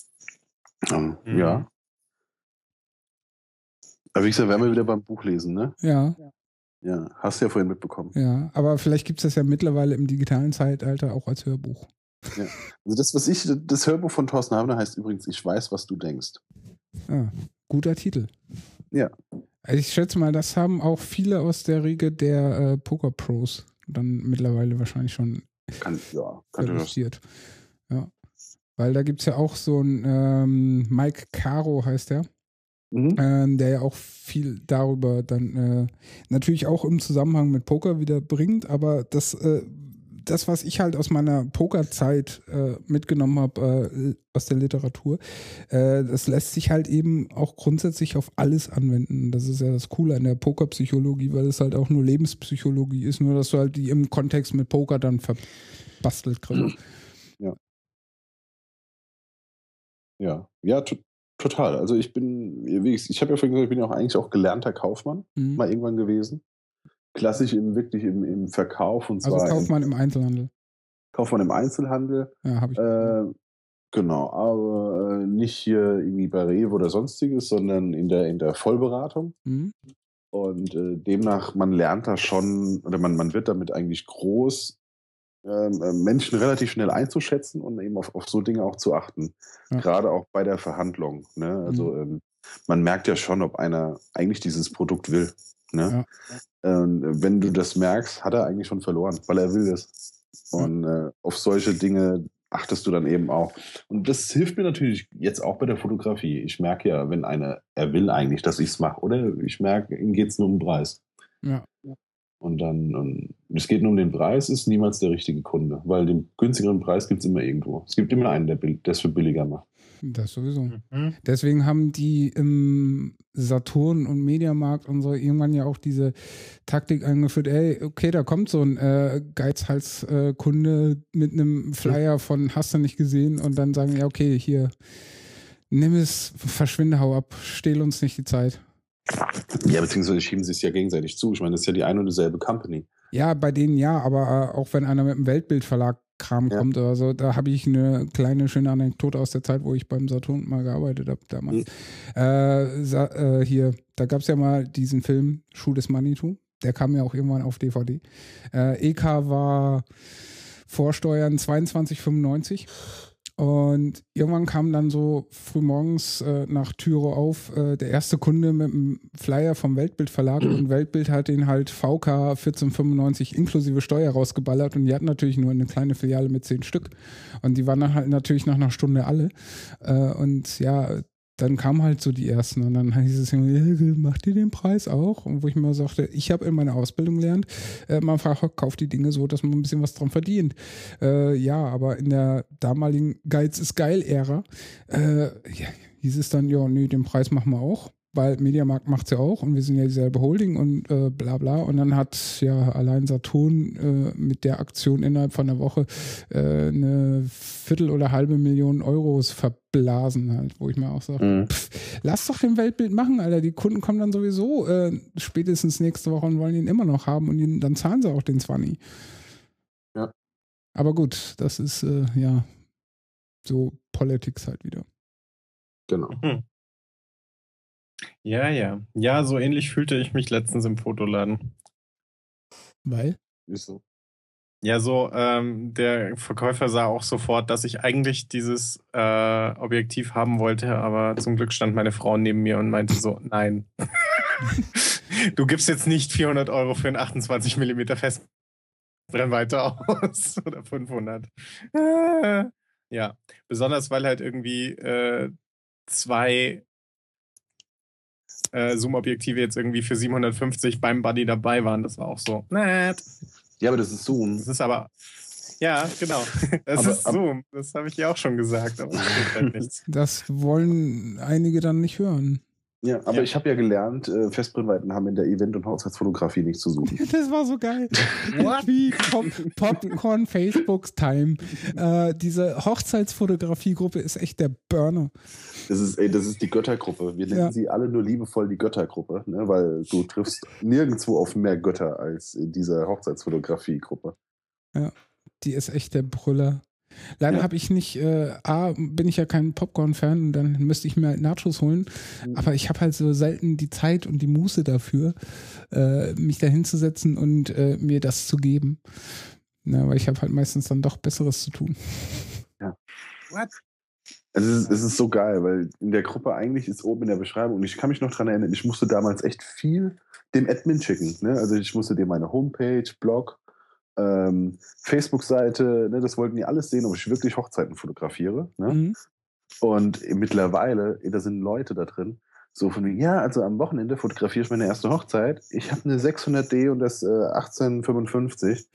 Ja. Aber wie gesagt, werden wir wieder beim Buchlesen, ne? Ja. Ja, hast du ja vorhin mitbekommen. Ja, aber vielleicht gibt es das ja mittlerweile im digitalen Zeitalter auch als Hörbuch. Ja. Also das Hörbuch von Thorsten Havner heißt übrigens Ich weiß, was du denkst. Ah, guter Titel. Ja. Also ich schätze mal, das haben auch viele aus der Riege der Poker-Pros dann mittlerweile wahrscheinlich schon reduziert. Ja. Weil da gibt es ja auch so einen Mike Caro heißt der. Der ja auch viel darüber dann natürlich auch im Zusammenhang mit Poker wieder bringt, aber das, was ich halt aus meiner Pokerzeit mitgenommen habe aus der Literatur, das lässt sich halt eben auch grundsätzlich auf alles anwenden. Das ist ja das Coole an der Pokerpsychologie, weil es halt auch nur Lebenspsychologie ist, nur dass du halt die im Kontext mit Poker dann verbastelt kriegst. Ja. Ja, total. Also ich habe ja vorhin gesagt, ich bin ja auch eigentlich auch gelernter Kaufmann, mal irgendwann gewesen. Klassisch wirklich im Verkauf und zwar. Also Kaufmann im Einzelhandel. Kaufmann im Einzelhandel. Ja, habe ich. Genau, aber nicht hier irgendwie bei Rewe oder sonstiges, sondern in der Vollberatung. Und demnach, man lernt da schon, oder man wird damit eigentlich groß, Menschen relativ schnell einzuschätzen und eben auf so Dinge auch zu achten. Ja. Gerade auch bei der Verhandlung. Ne? Also man merkt ja schon, ob einer eigentlich dieses Produkt will. Ne? Ja. Wenn du das merkst, hat er eigentlich schon verloren, weil er will das. Und auf solche Dinge achtest du dann eben auch. Und das hilft mir natürlich jetzt auch bei der Fotografie. Ich merke ja, wenn er will eigentlich, dass ich es mache. Oder ich merke, ihm geht es nur um den Preis. Ja. Und dann, es geht nur um den Preis, ist niemals der richtige Kunde, weil den günstigeren Preis gibt es immer irgendwo. Es gibt immer einen, der es für billiger macht. Das sowieso. Deswegen haben die im Saturn und Mediamarkt und so irgendwann ja auch diese Taktik eingeführt, okay, da kommt so ein Geizhals-Kunde mit einem Flyer von hast du nicht gesehen und dann sagen, ja okay, hier, nimm es, verschwinde, hau ab, stehl uns nicht die Zeit. Ja, beziehungsweise schieben sie es ja gegenseitig zu. Ich meine, das ist ja die eine und dieselbe Company. Ja, bei denen ja, aber auch wenn einer mit einem Weltbildverlag Kram kommt oder so. Da habe ich eine kleine, schöne Anekdote aus der Zeit, wo ich beim Saturn mal gearbeitet habe damals. Da gab es ja mal diesen Film Schuh des Manitou. Der kam ja auch irgendwann auf DVD. EK war Vorsteuern 22,95. Und irgendwann kam dann so frühmorgens nach Türe auf der erste Kunde mit einem Flyer vom Weltbild Verlag und Weltbild hat den halt VK 14,95 inklusive Steuer rausgeballert und die hatten natürlich nur eine kleine Filiale mit 10 Stück und die waren dann halt natürlich nach einer Stunde alle und ja, dann kamen halt so die ersten und dann hieß es immer, macht ihr den Preis auch? Und wo ich mir sagte, ich habe in meiner Ausbildung gelernt, man kauft die Dinge so, dass man ein bisschen was dran verdient. Ja, aber in der damaligen Geiz ist geil-Ära hieß es dann, ja, nee, den Preis machen wir auch, weil Mediamarkt macht es ja auch und wir sind ja dieselbe Holding und bla bla. Und dann hat ja allein Saturn mit der Aktion innerhalb von einer Woche eine 1/4 oder 1/2 Million Euros verblasen halt, wo ich mir auch sage, lass doch den Weltbild machen, Alter. Die Kunden kommen dann sowieso spätestens nächste Woche und wollen ihn immer noch haben und dann zahlen sie auch den 20. Ja. Aber gut, das ist ja so Politics halt wieder. Genau. Ja, ja. Ja, so ähnlich fühlte ich mich letztens im Fotoladen. Weil? Ist so. Ja, so, der Verkäufer sah auch sofort, dass ich eigentlich dieses Objektiv haben wollte, aber zum Glück stand meine Frau neben mir und meinte so, nein. Du gibst jetzt nicht 400 Euro für einen 28 mm Festbrennweite aus oder 500. Ja, besonders weil halt irgendwie 2 Zoom-Objektive jetzt irgendwie für 750 beim Buddy dabei waren. Das war auch so nett. Ja, aber das ist Zoom. Das ist aber, ja, genau. Das ist Zoom. Das habe ich ja auch schon gesagt, aber das stimmt halt nichts. Das wollen einige dann nicht hören. Ja, aber ich habe ja gelernt, Festbrennweiten haben in der Event- und Hochzeitsfotografie nichts zu suchen. Das war so geil. Wie Popcorn Facebooks Time. Diese Hochzeitsfotografie-Gruppe ist echt der Burner. Das ist die Göttergruppe. Wir nennen sie alle nur liebevoll die Göttergruppe, ne? Weil du triffst nirgendwo auf mehr Götter als in dieser Hochzeitsfotografie-Gruppe. Ja, die ist echt der Brüller. Leider habe ich nicht, bin ich ja kein Popcorn-Fan und dann müsste ich mir halt Nachos holen, aber ich habe halt so selten die Zeit und die Muße dafür, mich da hinzusetzen und mir das zu geben. Na, weil ich habe halt meistens dann doch Besseres zu tun. Ja. What? Es ist so geil, weil in der Gruppe eigentlich ist oben in der Beschreibung, und ich kann mich noch daran erinnern, ich musste damals echt viel dem Admin schicken. Ne? Also ich musste dir meine Homepage, Blog, Facebook-Seite, ne, das wollten die alles sehen, ob ich wirklich Hochzeiten fotografiere. Ne? Und mittlerweile, da sind Leute da drin, so von mir, ja, also am Wochenende fotografiere ich meine erste Hochzeit. Ich habe eine 600D und das 1855.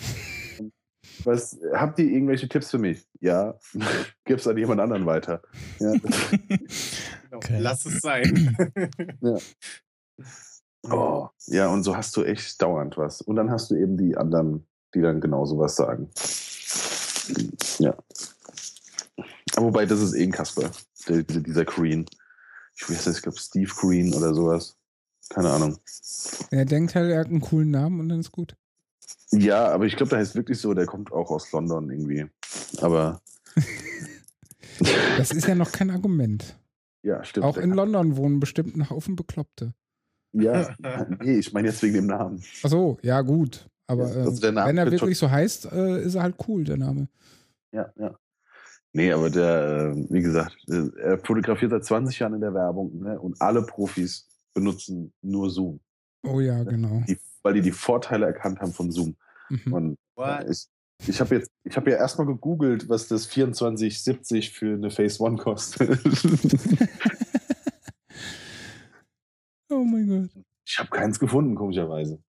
Habt ihr irgendwelche Tipps für mich? Ja, gib's an jemand anderen weiter. Ja. Okay. Lass es sein. Ja. Oh, ja, und so hast du echt dauernd was. Und dann hast du eben die anderen, die dann genau sowas sagen. Ja. Aber wobei, das ist ein Kasper, dieser Green. Ich weiß nicht, ich glaube Steve Green oder sowas. Keine Ahnung. Er denkt halt, er hat einen coolen Namen und dann ist gut. Ja, aber ich glaube, der heißt wirklich so, der kommt auch aus London irgendwie. Aber. Das ist ja noch kein Argument. Ja, stimmt. Auch in London wohnen bestimmt ein Haufen Bekloppte. Ja, nee, ich meine jetzt wegen dem Namen. Ach so, ja gut. Aber also der Name wenn er wirklich so heißt, ist er halt cool, der Name. Ja, ja. Nee, aber der, wie gesagt, er fotografiert seit 20 Jahren in der Werbung, ne? Und alle Profis benutzen nur Zoom. Oh ja, genau. Weil die Vorteile erkannt haben von Zoom. Und ich habe ja erstmal gegoogelt, was das 2470 für eine Phase One kostet. Oh mein Gott. Ich habe keins gefunden, komischerweise.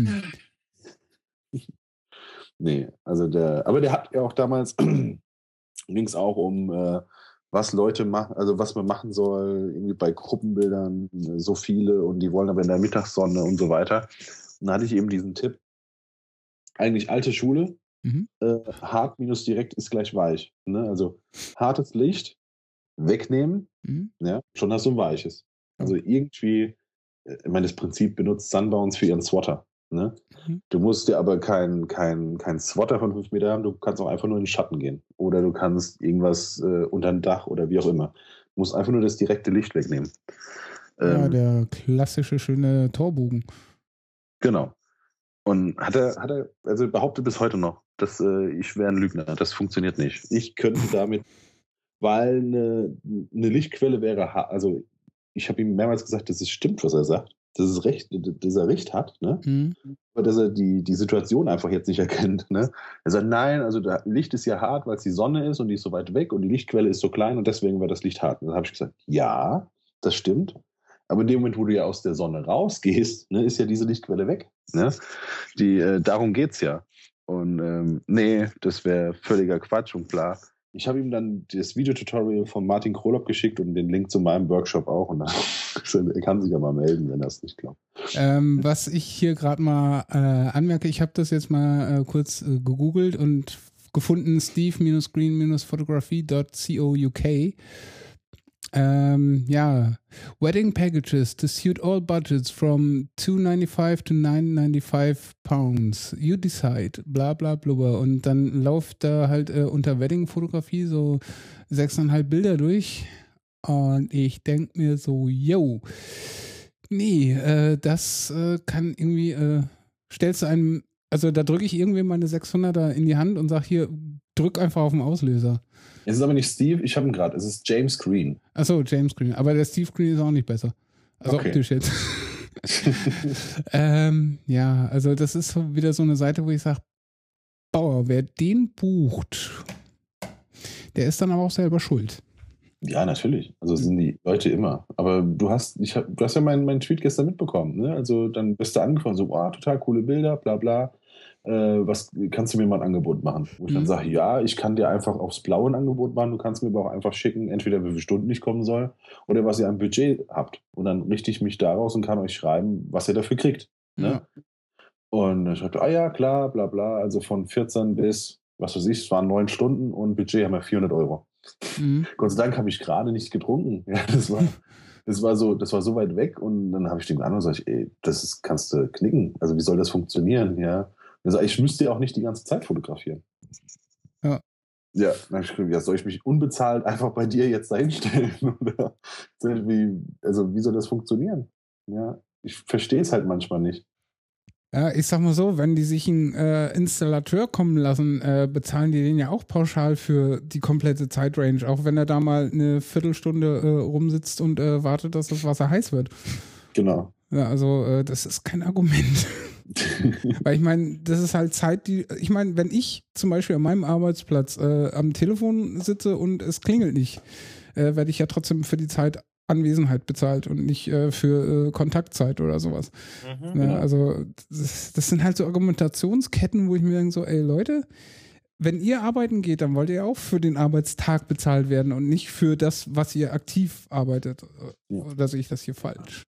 Nee, also aber der hat ja auch damals, ging es auch um, was Leute machen, also was man machen soll, irgendwie bei Gruppenbildern, so viele und die wollen aber in der Mittagssonne und so weiter. Und da hatte ich eben diesen Tipp, eigentlich alte Schule, hart minus direkt ist gleich weich. Ne? Also hartes Licht wegnehmen, ja, schon hast du ein weiches. Also irgendwie, ich meine, das Prinzip benutzt Sunbounce für ihren Swatter. Ne? Du musst dir aber kein Swatter von 5 Meter haben, du kannst auch einfach nur in den Schatten gehen. Oder du kannst irgendwas unter ein Dach oder wie auch immer. Du musst einfach nur das direkte Licht wegnehmen. Ja, der klassische schöne Torbogen. Genau. Und hat er, also behauptet bis heute noch, dass ich wäre ein Lügner. Das funktioniert nicht. Ich könnte damit, weil eine Lichtquelle wäre, also ich habe ihm mehrmals gesagt, dass es stimmt, was er sagt, dass er recht hat, ne? Aber dass er die Situation einfach jetzt nicht erkennt, ne? Er sagt, nein, also das Licht ist ja hart, weil es die Sonne ist und die ist so weit weg und die Lichtquelle ist so klein und deswegen war das Licht hart. Und dann habe ich gesagt, ja, das stimmt. Aber in dem Moment, wo du ja aus der Sonne rausgehst, ne, ist ja diese Lichtquelle weg. Ne? Darum geht es ja. Und nee, das wäre völliger Quatsch und klar. Ich habe ihm dann das Videotutorial von Martin Krolop geschickt und den Link zu meinem Workshop auch. Und dann er kann sich ja mal melden, wenn er es nicht glaubt. Was ich hier gerade mal anmerke, ich habe das jetzt mal kurz gegoogelt und gefunden, steve-green-photography.co.uk. Wedding packages to suit all budgets from £295 to £995. You decide, bla bla blubber. Und dann läuft da halt unter Wedding-Fotografie so 6,5 Bilder durch. Und ich denke mir so, yo, nee, das kann irgendwie, stellst du einem, also da drücke ich irgendwie meine 600er in die Hand und sage hier, drück einfach auf den Auslöser. Es ist aber nicht Steve, ich habe ihn gerade, es ist James Green. Achso, James Green. Aber der Steve Green ist auch nicht besser. Also okay. Optisch jetzt. Ja, also das ist wieder so eine Seite, wo ich sage, Bauer, wer den bucht, der ist dann aber auch selber schuld. Ja, natürlich. Also sind die Leute immer. Aber du hast ja meinen Tweet gestern mitbekommen. Ne? Also dann bist du angefangen, so, total coole Bilder, bla bla. Was kannst du mir mal ein Angebot machen? Wo ich dann sage, ja, ich kann dir einfach aufs Blaue ein Angebot machen, du kannst mir aber auch einfach schicken, entweder wie viele Stunden ich kommen soll oder was ihr am Budget habt. Und dann richte ich mich daraus und kann euch schreiben, was ihr dafür kriegt. Ne? Ja. Und dann schreibt er, ja, klar, bla bla, also von 14 bis, was weiß ich, es waren 9 Stunden und Budget haben wir 400 Euro. Gott sei Dank habe ich gerade nichts getrunken. Ja, das war so weit weg und dann habe ich den an und sage, ey, kannst du knicken. Also wie soll das funktionieren? Ja. Also ich müsste ja auch nicht die ganze Zeit fotografieren. Ja. Ja, dann habe ich gesagt, ja, soll ich mich unbezahlt einfach bei dir jetzt dahinstellen? Oder wie soll das funktionieren? Ja, ich verstehe es halt manchmal nicht. Ja, ich sag mal so, wenn die sich einen Installateur kommen lassen, bezahlen die den ja auch pauschal für die komplette Zeitrange, auch wenn er da mal eine Viertelstunde rumsitzt und wartet, dass das Wasser heiß wird. Genau. Ja, also das ist kein Argument. Weil ich meine, das ist halt Zeit, ich meine, wenn ich zum Beispiel an meinem Arbeitsplatz am Telefon sitze und es klingelt nicht, werde ich ja trotzdem für die Zeit Anwesenheit bezahlt und nicht für Kontaktzeit oder sowas. Ja, also das sind halt so Argumentationsketten, wo ich mir denke so, ey Leute, wenn ihr arbeiten geht, dann wollt ihr auch für den Arbeitstag bezahlt werden und nicht für das, was ihr aktiv arbeitet. Oder sehe ich das hier falsch?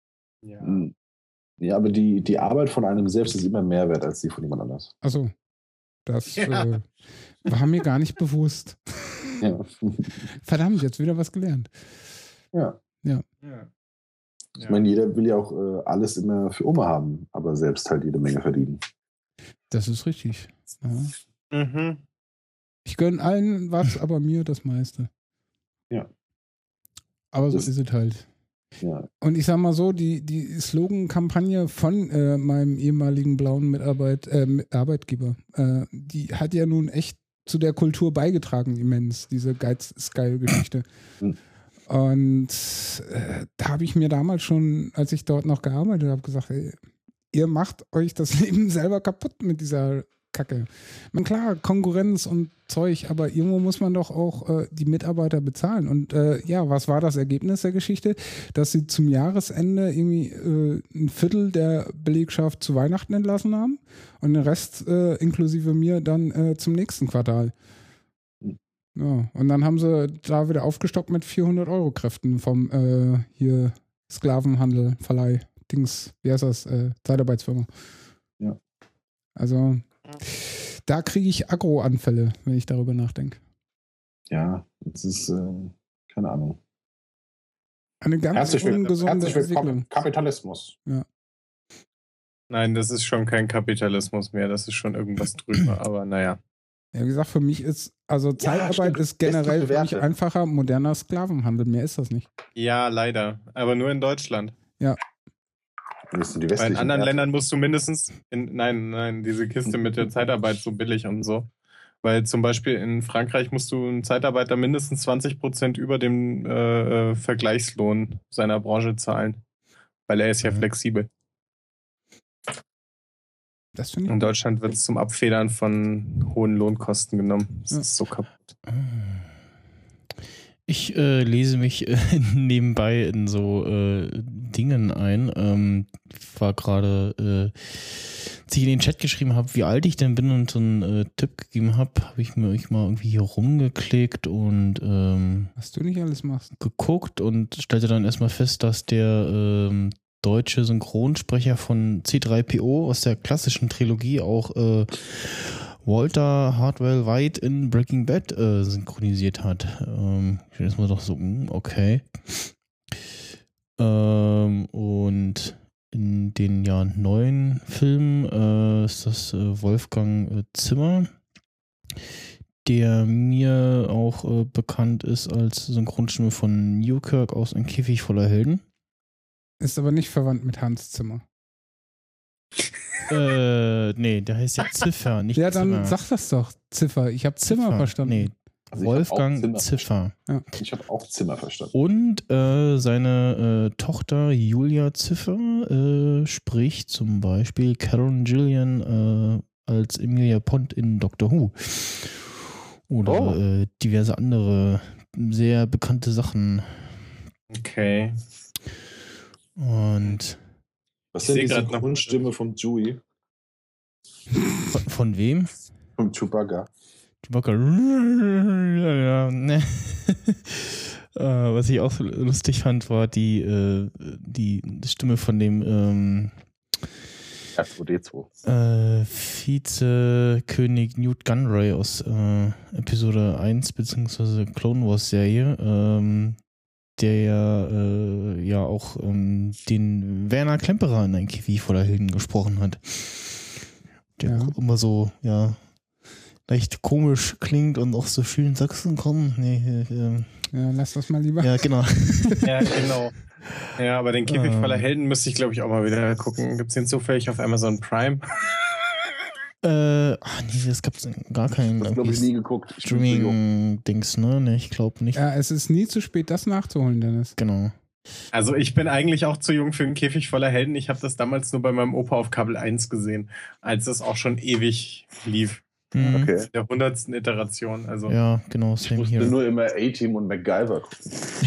Ja, aber die Arbeit von einem selbst ist immer mehr wert als die von jemand anders. Achso, das war mir gar nicht bewusst. Ja. Verdammt, jetzt wieder was gelernt. Ja. Ich meine, jeder will ja auch alles immer für Oma haben, aber selbst halt jede Menge verdienen. Das ist richtig. Ja. Ich gönne allen was, aber mir das meiste. Ja. Aber so ist es halt. Ja. Und ich sag mal so, die Slogan-Kampagne von meinem ehemaligen blauen Arbeitgeber, die hat ja nun echt zu der Kultur beigetragen, immens, diese Geiz ist geil Geschichte. Und da habe ich mir damals schon, als ich dort noch gearbeitet habe, gesagt, ey, ihr macht euch das Leben selber kaputt mit dieser Kacke. Man, klar, Konkurrenz und Zeug, aber irgendwo muss man doch auch die Mitarbeiter bezahlen. Und was war das Ergebnis der Geschichte? Dass sie zum Jahresende irgendwie ein Viertel der Belegschaft zu Weihnachten entlassen haben und den Rest inklusive mir dann zum nächsten Quartal. Ja, und dann haben sie da wieder aufgestockt mit 400 Euro Kräften vom hier Sklavenhandel, Verleih, Dings, wie heißt das? Zeitarbeitsfirma. Ja. Also da kriege ich Aggro-Anfälle, wenn ich darüber nachdenke. Ja, das ist, keine Ahnung. Eine ganz ungesunde herzlich willkommen Entwicklung. im Kapitalismus. Ja. Nein, das ist schon kein Kapitalismus mehr, das ist schon irgendwas drüber, aber naja. Ja, wie gesagt, für mich ist, also Zeitarbeit ist generell für mich einfacher, moderner Sklavenhandel, mehr ist das nicht. Ja, leider, aber nur in Deutschland. Ja. Bei in anderen Ländern musst du mindestens, nein, diese Kiste mit der Zeitarbeit so billig und so. Weil zum Beispiel in Frankreich musst du einen Zeitarbeiter mindestens 20% über dem Vergleichslohn seiner Branche zahlen. Weil er ist ja flexibel. Das finde ich. In Deutschland wird es zum Abfedern von hohen Lohnkosten genommen. Das ist so kaputt. Ich lese mich nebenbei in so Dingen ein. Ich war gerade, als ich in den Chat geschrieben habe, wie alt ich denn bin und so einen Tipp gegeben habe, habe ich mir mal irgendwie hier rumgeklickt und was du nicht alles machst, geguckt und stellte dann erstmal fest, dass der deutsche Synchronsprecher von C3PO aus der klassischen Trilogie auch Walter Hartwell White in Breaking Bad synchronisiert hat. Ich bin erstmal doch so, okay. Und in den neuen Filmen ist das Wolfgang Zimmer, der mir auch bekannt ist als Synchronstimme von Newkirk aus Ein Käfig voller Helden. Ist aber nicht verwandt mit Hans Zimmer. Nee, der heißt ja Ziffer, nicht Zimmer. Ja, dann Zimmer. sag das doch, Ziffer. Ich habe Zimmer verstanden. Nee, also Wolfgang Ziffer. Ja. Ich habe auch Zimmer verstanden. Und seine Tochter Julia Ziffer spricht zum Beispiel Karen Gillian als Emilia Pond in Doctor Who. Oder diverse andere sehr bekannte Sachen. Okay. Und was ist denn die Grundstimme vom Chewie? Von wem? Vom Chewbacca. Ja, ne. Was ich auch so lustig fand, war die Stimme von dem R2D2. Vizekönig Newt Gunray aus Episode 1 bzw. Clone Wars Serie, der ja auch den Werner Klemperer in Ein Käfig voller Helden gesprochen hat. Der auch immer so, leicht komisch klingt und auch so schön Sachsen kommen. Ja, lass das mal lieber. Ja, genau. Ja, genau. Ja, aber den Käfig voller Helden müsste ich, glaube ich, auch mal wieder gucken. Gibt es den zufällig auf Amazon Prime? Nee, das gab es gar keinen. Das glaube ich nie geguckt. Streaming-Dings, ne? Nee, ich glaube nicht. Ja, es ist nie zu spät, das nachzuholen, Dennis. Genau. Also ich bin eigentlich auch zu jung für einen Käfig voller Helden. Ich habe das damals nur bei meinem Opa auf Kabel 1 gesehen, als es auch schon ewig lief. Okay. Der 100. Iteration. Also. Ja, genau. Ich musste nur immer A-Team und MacGyver gucken.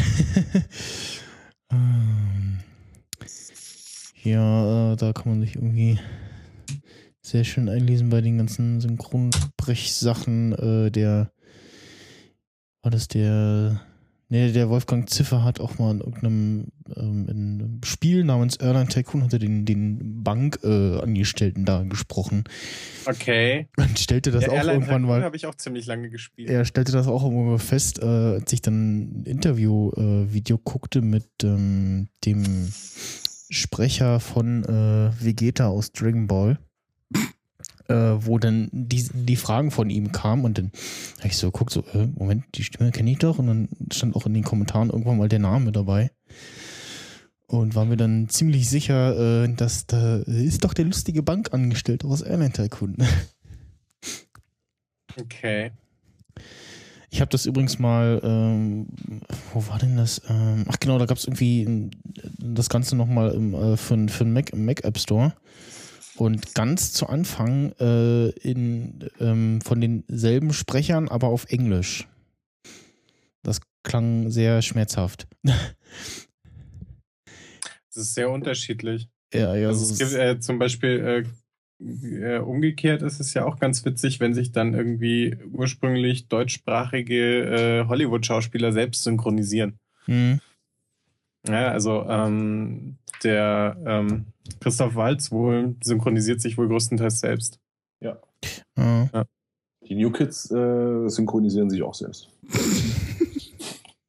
Ja, da kann man sich irgendwie sehr schön einlesen bei den ganzen Synchronbrechsachen. Der der Wolfgang Ziffer hat auch mal in irgendeinem in einem Spiel namens Airline Tycoon hat er den Bankangestellten da gesprochen. Okay. Und stellte das der auch Airline irgendwann Tycoon mal. Habe ich auch ziemlich lange gespielt. Er stellte das auch irgendwann fest, als ich dann ein Interview-Video guckte mit dem Sprecher von Vegeta aus Dragon Ball. Wo dann die Fragen von ihm kamen und dann habe ich so geguckt, so, Moment, die Stimme kenne ich doch, und dann stand auch in den Kommentaren irgendwann mal der Name dabei und war mir dann ziemlich sicher, dass da ist doch der lustige Bankangestellte aus Airline Tycoon. Okay. Ich habe das übrigens mal, wo war denn das? Ach genau, da gab es irgendwie das Ganze nochmal für den Mac im Mac App Store. Und ganz zu Anfang von denselben Sprechern, aber auf Englisch. Das klang sehr schmerzhaft. Das ist sehr unterschiedlich. Ja. Also es gibt zum Beispiel umgekehrt ist es ja auch ganz witzig, wenn sich dann irgendwie ursprünglich deutschsprachige Hollywood-Schauspieler selbst synchronisieren. Mhm. Ja, also der Christoph Waltz synchronisiert sich wohl größtenteils selbst. Ja. Ja. Die New Kids synchronisieren sich auch selbst.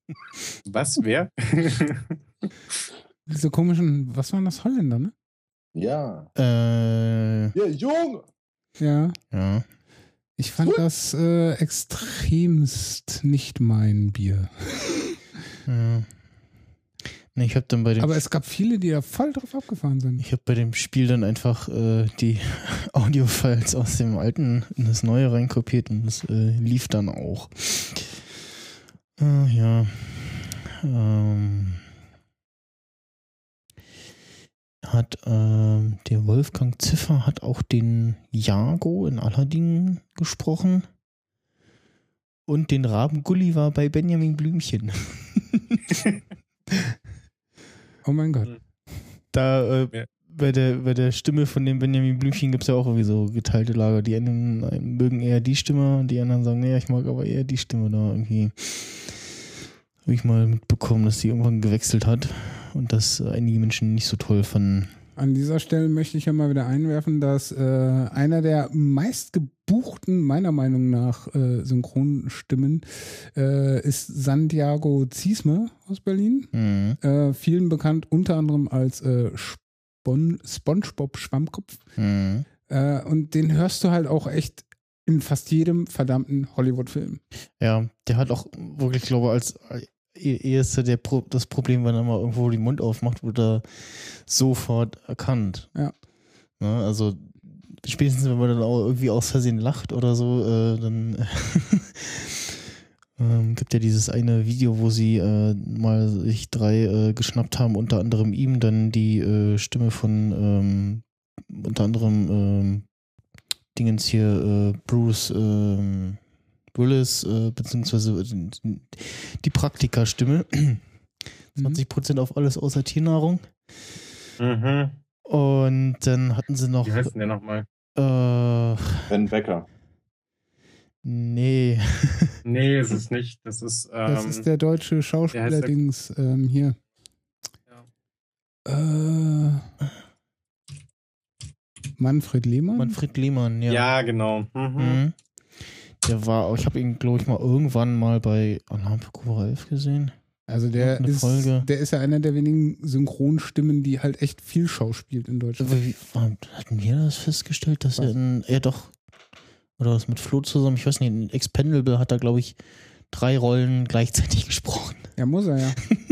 Was? Wer? Diese komischen, was waren das, Holländer, ne? Ja. Ja, Junge! Ja. Ja. Ich fand das extremst nicht mein Bier. Ja. Nee, ich habe dann bei dem Aber es gab viele, die da voll drauf abgefahren sind. Ich habe bei dem Spiel dann einfach die Audio-Files aus dem alten in das neue reinkopiert und das lief dann auch. Ja. Der Wolfgang Ziffer hat auch den Jago in Aladdin gesprochen und den Raben Gulliver bei Benjamin Blümchen. Oh mein Gott. Da bei der Stimme von dem Benjamin Blümchen gibt es ja auch irgendwie so geteilte Lager. Die einen mögen eher die Stimme und die anderen sagen, nee, ich mag aber eher die Stimme da irgendwie. Habe ich mal mitbekommen, dass die irgendwann gewechselt hat und dass einige Menschen nicht so toll fanden. An dieser Stelle möchte ich ja mal wieder einwerfen, dass einer der meistgebuchten, meiner Meinung nach, Synchronstimmen ist Santiago Ziesme aus Berlin. Mhm. Vielen bekannt unter anderem als SpongeBob Schwammkopf. Mhm. Und den hörst du halt auch echt in fast jedem verdammten Hollywood-Film. Ja, der hat auch wirklich, glaube ich, als erste das Problem, wenn er mal irgendwo den Mund aufmacht, wird er sofort erkannt. Ja. Ne, also spätestens, wenn man dann auch irgendwie aus Versehen lacht oder so, dann gibt ja dieses eine Video, wo sie mal sich 3 geschnappt haben, unter anderem ihm dann die Stimme von unter anderem Dingens hier Bruce Willis, beziehungsweise die Praktikerstimme. 20% auf alles außer Tiernahrung. Mhm. Und dann hatten sie noch. Wie heißt denn der nochmal? Ben Becker. Nee. Nee, ist es nicht. Das ist der deutsche Schauspieler-Dings hier. Ja. Manfred Lehmann? Manfred Lehmann, ja. Ja, genau. Mhm. Der war, ich habe ihn, glaube ich, mal irgendwann mal bei Alarm für Cobra 11 gesehen. Also der ist ja einer der wenigen Synchronstimmen, die halt echt viel schauspielt in Deutschland. Hatten wir das festgestellt, dass er doch, oder was mit Flo zusammen, ich weiß nicht, in Expendable hat er, glaube ich, 3 Rollen gleichzeitig gesprochen. Ja, muss er ja.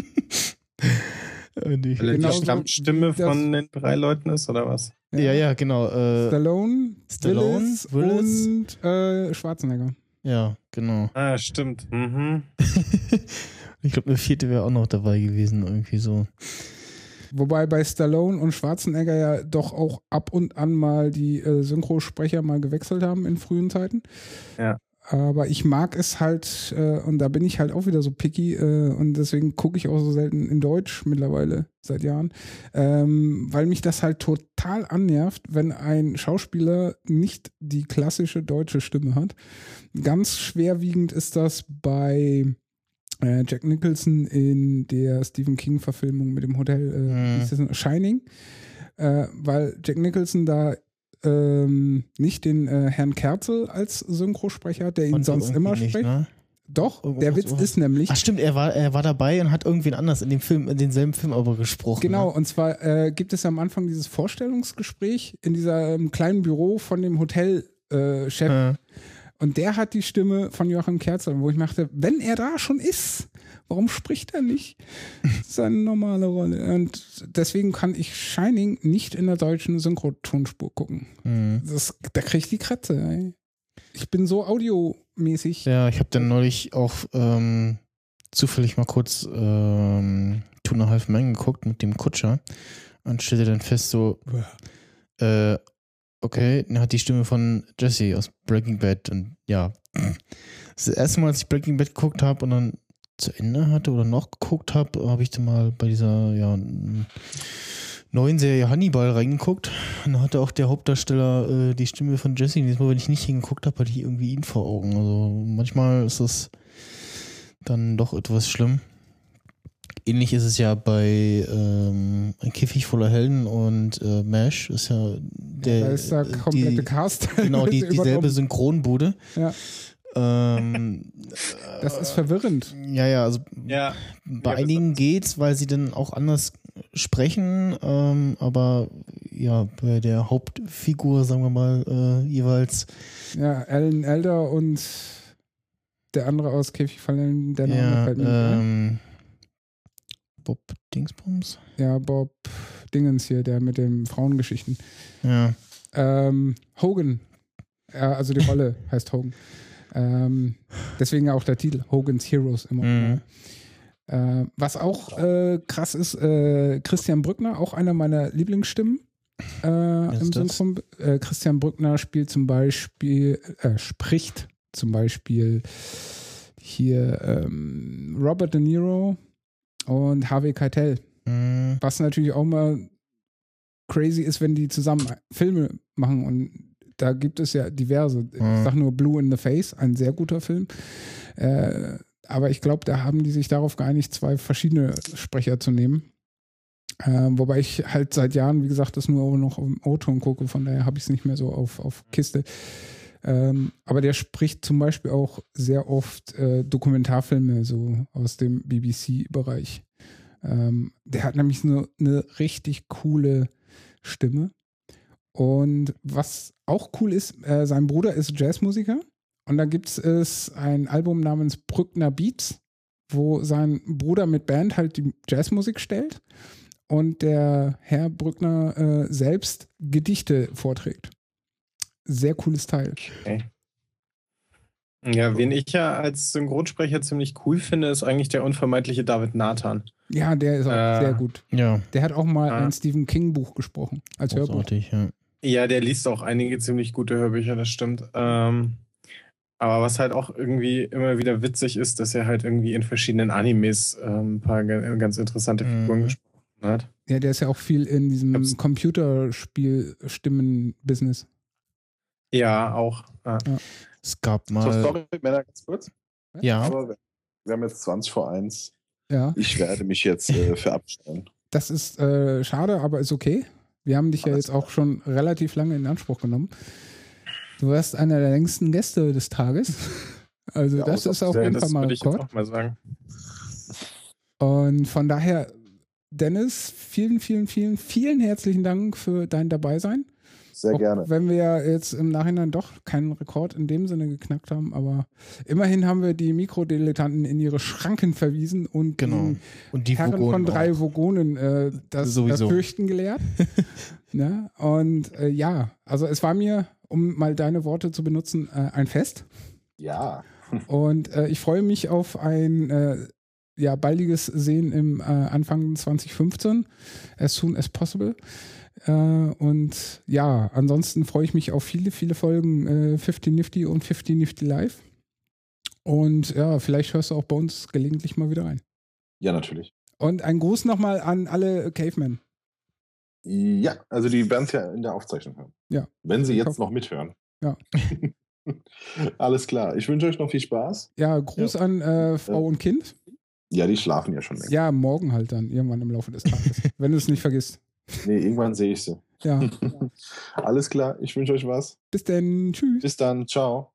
Weil er die Stammstimme von den 3 Leuten ist, oder was? Ja, genau. Stallone, Willis und Schwarzenegger. Ja, genau. Ah, stimmt. Mhm. Ich glaube, eine 4. wäre auch noch dabei gewesen, irgendwie so. Wobei bei Stallone und Schwarzenegger ja doch auch ab und an mal die Synchrosprecher mal gewechselt haben in frühen Zeiten. Ja. Aber ich mag es halt, und da bin ich halt auch wieder so picky, und deswegen gucke ich auch so selten in Deutsch mittlerweile seit Jahren, weil mich das halt total annervt, wenn ein Schauspieler nicht die klassische deutsche Stimme hat. Ganz schwerwiegend ist das bei Jack Nicholson in der Stephen King-Verfilmung mit dem Hotel Shining, weil Jack Nicholson da nicht den Herrn Kerzel als Synchrosprecher, der ihn sonst immer spricht. Ne? Doch, der Witz ist nämlich. Ach stimmt, er war dabei und hat irgendwen anders in denselben Film aber gesprochen. Genau, ne? Und zwar gibt es am Anfang dieses Vorstellungsgespräch in diesem kleinen Büro von dem Hotelchef. Und der hat die Stimme von Joachim Kerzel, wo ich dachte, wenn er da schon ist, warum spricht er nicht seine normale Rolle? Und deswegen kann ich Shining nicht in der deutschen Synchrotonspur gucken. Da kriege ich die Kratze. Ey. Ich bin so audiomäßig. Ja, ich habe dann neulich auch zufällig mal kurz Two and a Half Men geguckt mit dem Kutscher und stellte dann fest so, okay, er hat die Stimme von Jesse aus Breaking Bad und ja, das erste Mal, als ich Breaking Bad geguckt habe und dann zu Ende hatte oder noch geguckt habe, habe ich dann mal bei dieser neuen Serie Hannibal reingeguckt und da hatte auch der Hauptdarsteller die Stimme von Jesse. Diesmal, wenn ich nicht hingeguckt habe, hatte ich irgendwie ihn vor Augen. Also manchmal ist das dann doch etwas schlimm. Ähnlich ist es ja bei Ein Käfig voller Helden und MASH ist ja da ist der komplette Cast. Genau, dieselbe Synchronbude. Ja. Das ist verwirrend. Ja, also bei einigen geht's, weil sie dann auch anders sprechen, aber bei der Hauptfigur, sagen wir mal, jeweils. Ja, Alan Elder und der andere aus Käfigfallen, der Name fällt mir nicht ein. Bob Dingsbums? Ja, Bob Dingens hier, der mit den Frauengeschichten. Ja. Hogan. Ja, also die Rolle heißt Hogan. Deswegen auch der Titel, Hogan's Heroes immer. Was auch krass ist, Christian Brückner, auch einer meiner Lieblingsstimmen im Synchron. Christian Brückner spricht zum Beispiel hier Robert De Niro und Harvey Keitel. Was natürlich auch mal crazy ist, wenn die zusammen Filme machen, und da gibt es ja diverse. Ich sag nur Blue in the Face, ein sehr guter Film. Aber ich glaube, da haben die sich darauf geeinigt, 2 verschiedene Sprecher zu nehmen. Wobei ich halt seit Jahren, wie gesagt, das nur noch auf dem O-Ton gucke, von daher habe ich es nicht mehr so auf Kiste. Aber der spricht zum Beispiel auch sehr oft Dokumentarfilme so aus dem BBC-Bereich. Der hat nämlich eine richtig coole Stimme. Und was auch cool ist, sein Bruder ist Jazzmusiker, und da gibt es ein Album namens Brückner Beats, wo sein Bruder mit Band halt die Jazzmusik stellt und der Herr Brückner selbst Gedichte vorträgt. Sehr cooles Teil. Okay. Ja, wen ich ja als Synchronsprecher ziemlich cool finde, ist eigentlich der unvermeidliche David Nathan. Ja, der ist auch sehr gut. Ja. Der hat auch mal ein Stephen King Buch gesprochen, als Hörbuch. Ja. Ja, der liest auch einige ziemlich gute Hörbücher, das stimmt. Aber was halt auch irgendwie immer wieder witzig ist, dass er halt irgendwie in verschiedenen Animes ein paar ganz interessante Figuren gesprochen hat. Ja, der ist ja auch viel in diesem Computerspiel-Stimmen-Business. Ja, auch. Ja. Es gab mal... So, sorry, Männer, ganz kurz. Ja. Aber wir haben jetzt 20 vor 1. Ja. Ich werde mich jetzt verabschieden. Das ist schade, aber ist okay. Wir haben dich ja jetzt auch schon relativ lange in Anspruch genommen. Du warst einer der längsten Gäste des Tages. Also ja, das ist auf jeden Fall mal Rekord. Auch mal sagen. Und von daher, Dennis, vielen, vielen, vielen, vielen herzlichen Dank für dein Dabeisein. Sehr auch gerne. Wenn wir ja jetzt im Nachhinein doch keinen Rekord in dem Sinne geknackt haben, aber immerhin haben wir die Mikrodilettanten in ihre Schranken verwiesen und die Herren Vogonen von 3 Vogonen das Fürchten gelehrt. Ne? Und also es war mir, um mal deine Worte zu benutzen, ein Fest. Ja. Und ich freue mich auf ein baldiges Sehen im Anfang 2015, as soon as possible. Und ja, ansonsten freue ich mich auf viele, viele Folgen 50 Nifty und 50 Nifty Live. Und ja, vielleicht hörst du auch bei uns gelegentlich mal wieder rein. Ja, natürlich. Und ein Gruß nochmal an alle Cavemen. Ja, also die werden es ja in der Aufzeichnung hören. Ja. Wenn sie jetzt noch mithören. Ja. Alles klar. Ich wünsche euch noch viel Spaß. Ja, Gruß an Frau und Kind. Ja, die schlafen ja schon längst. Ja, morgen halt dann, irgendwann im Laufe des Tages. Wenn du es nicht vergisst. Nee, irgendwann sehe ich sie. Ja. Alles klar, ich wünsche euch was. Bis dann. Tschüss. Bis dann. Ciao.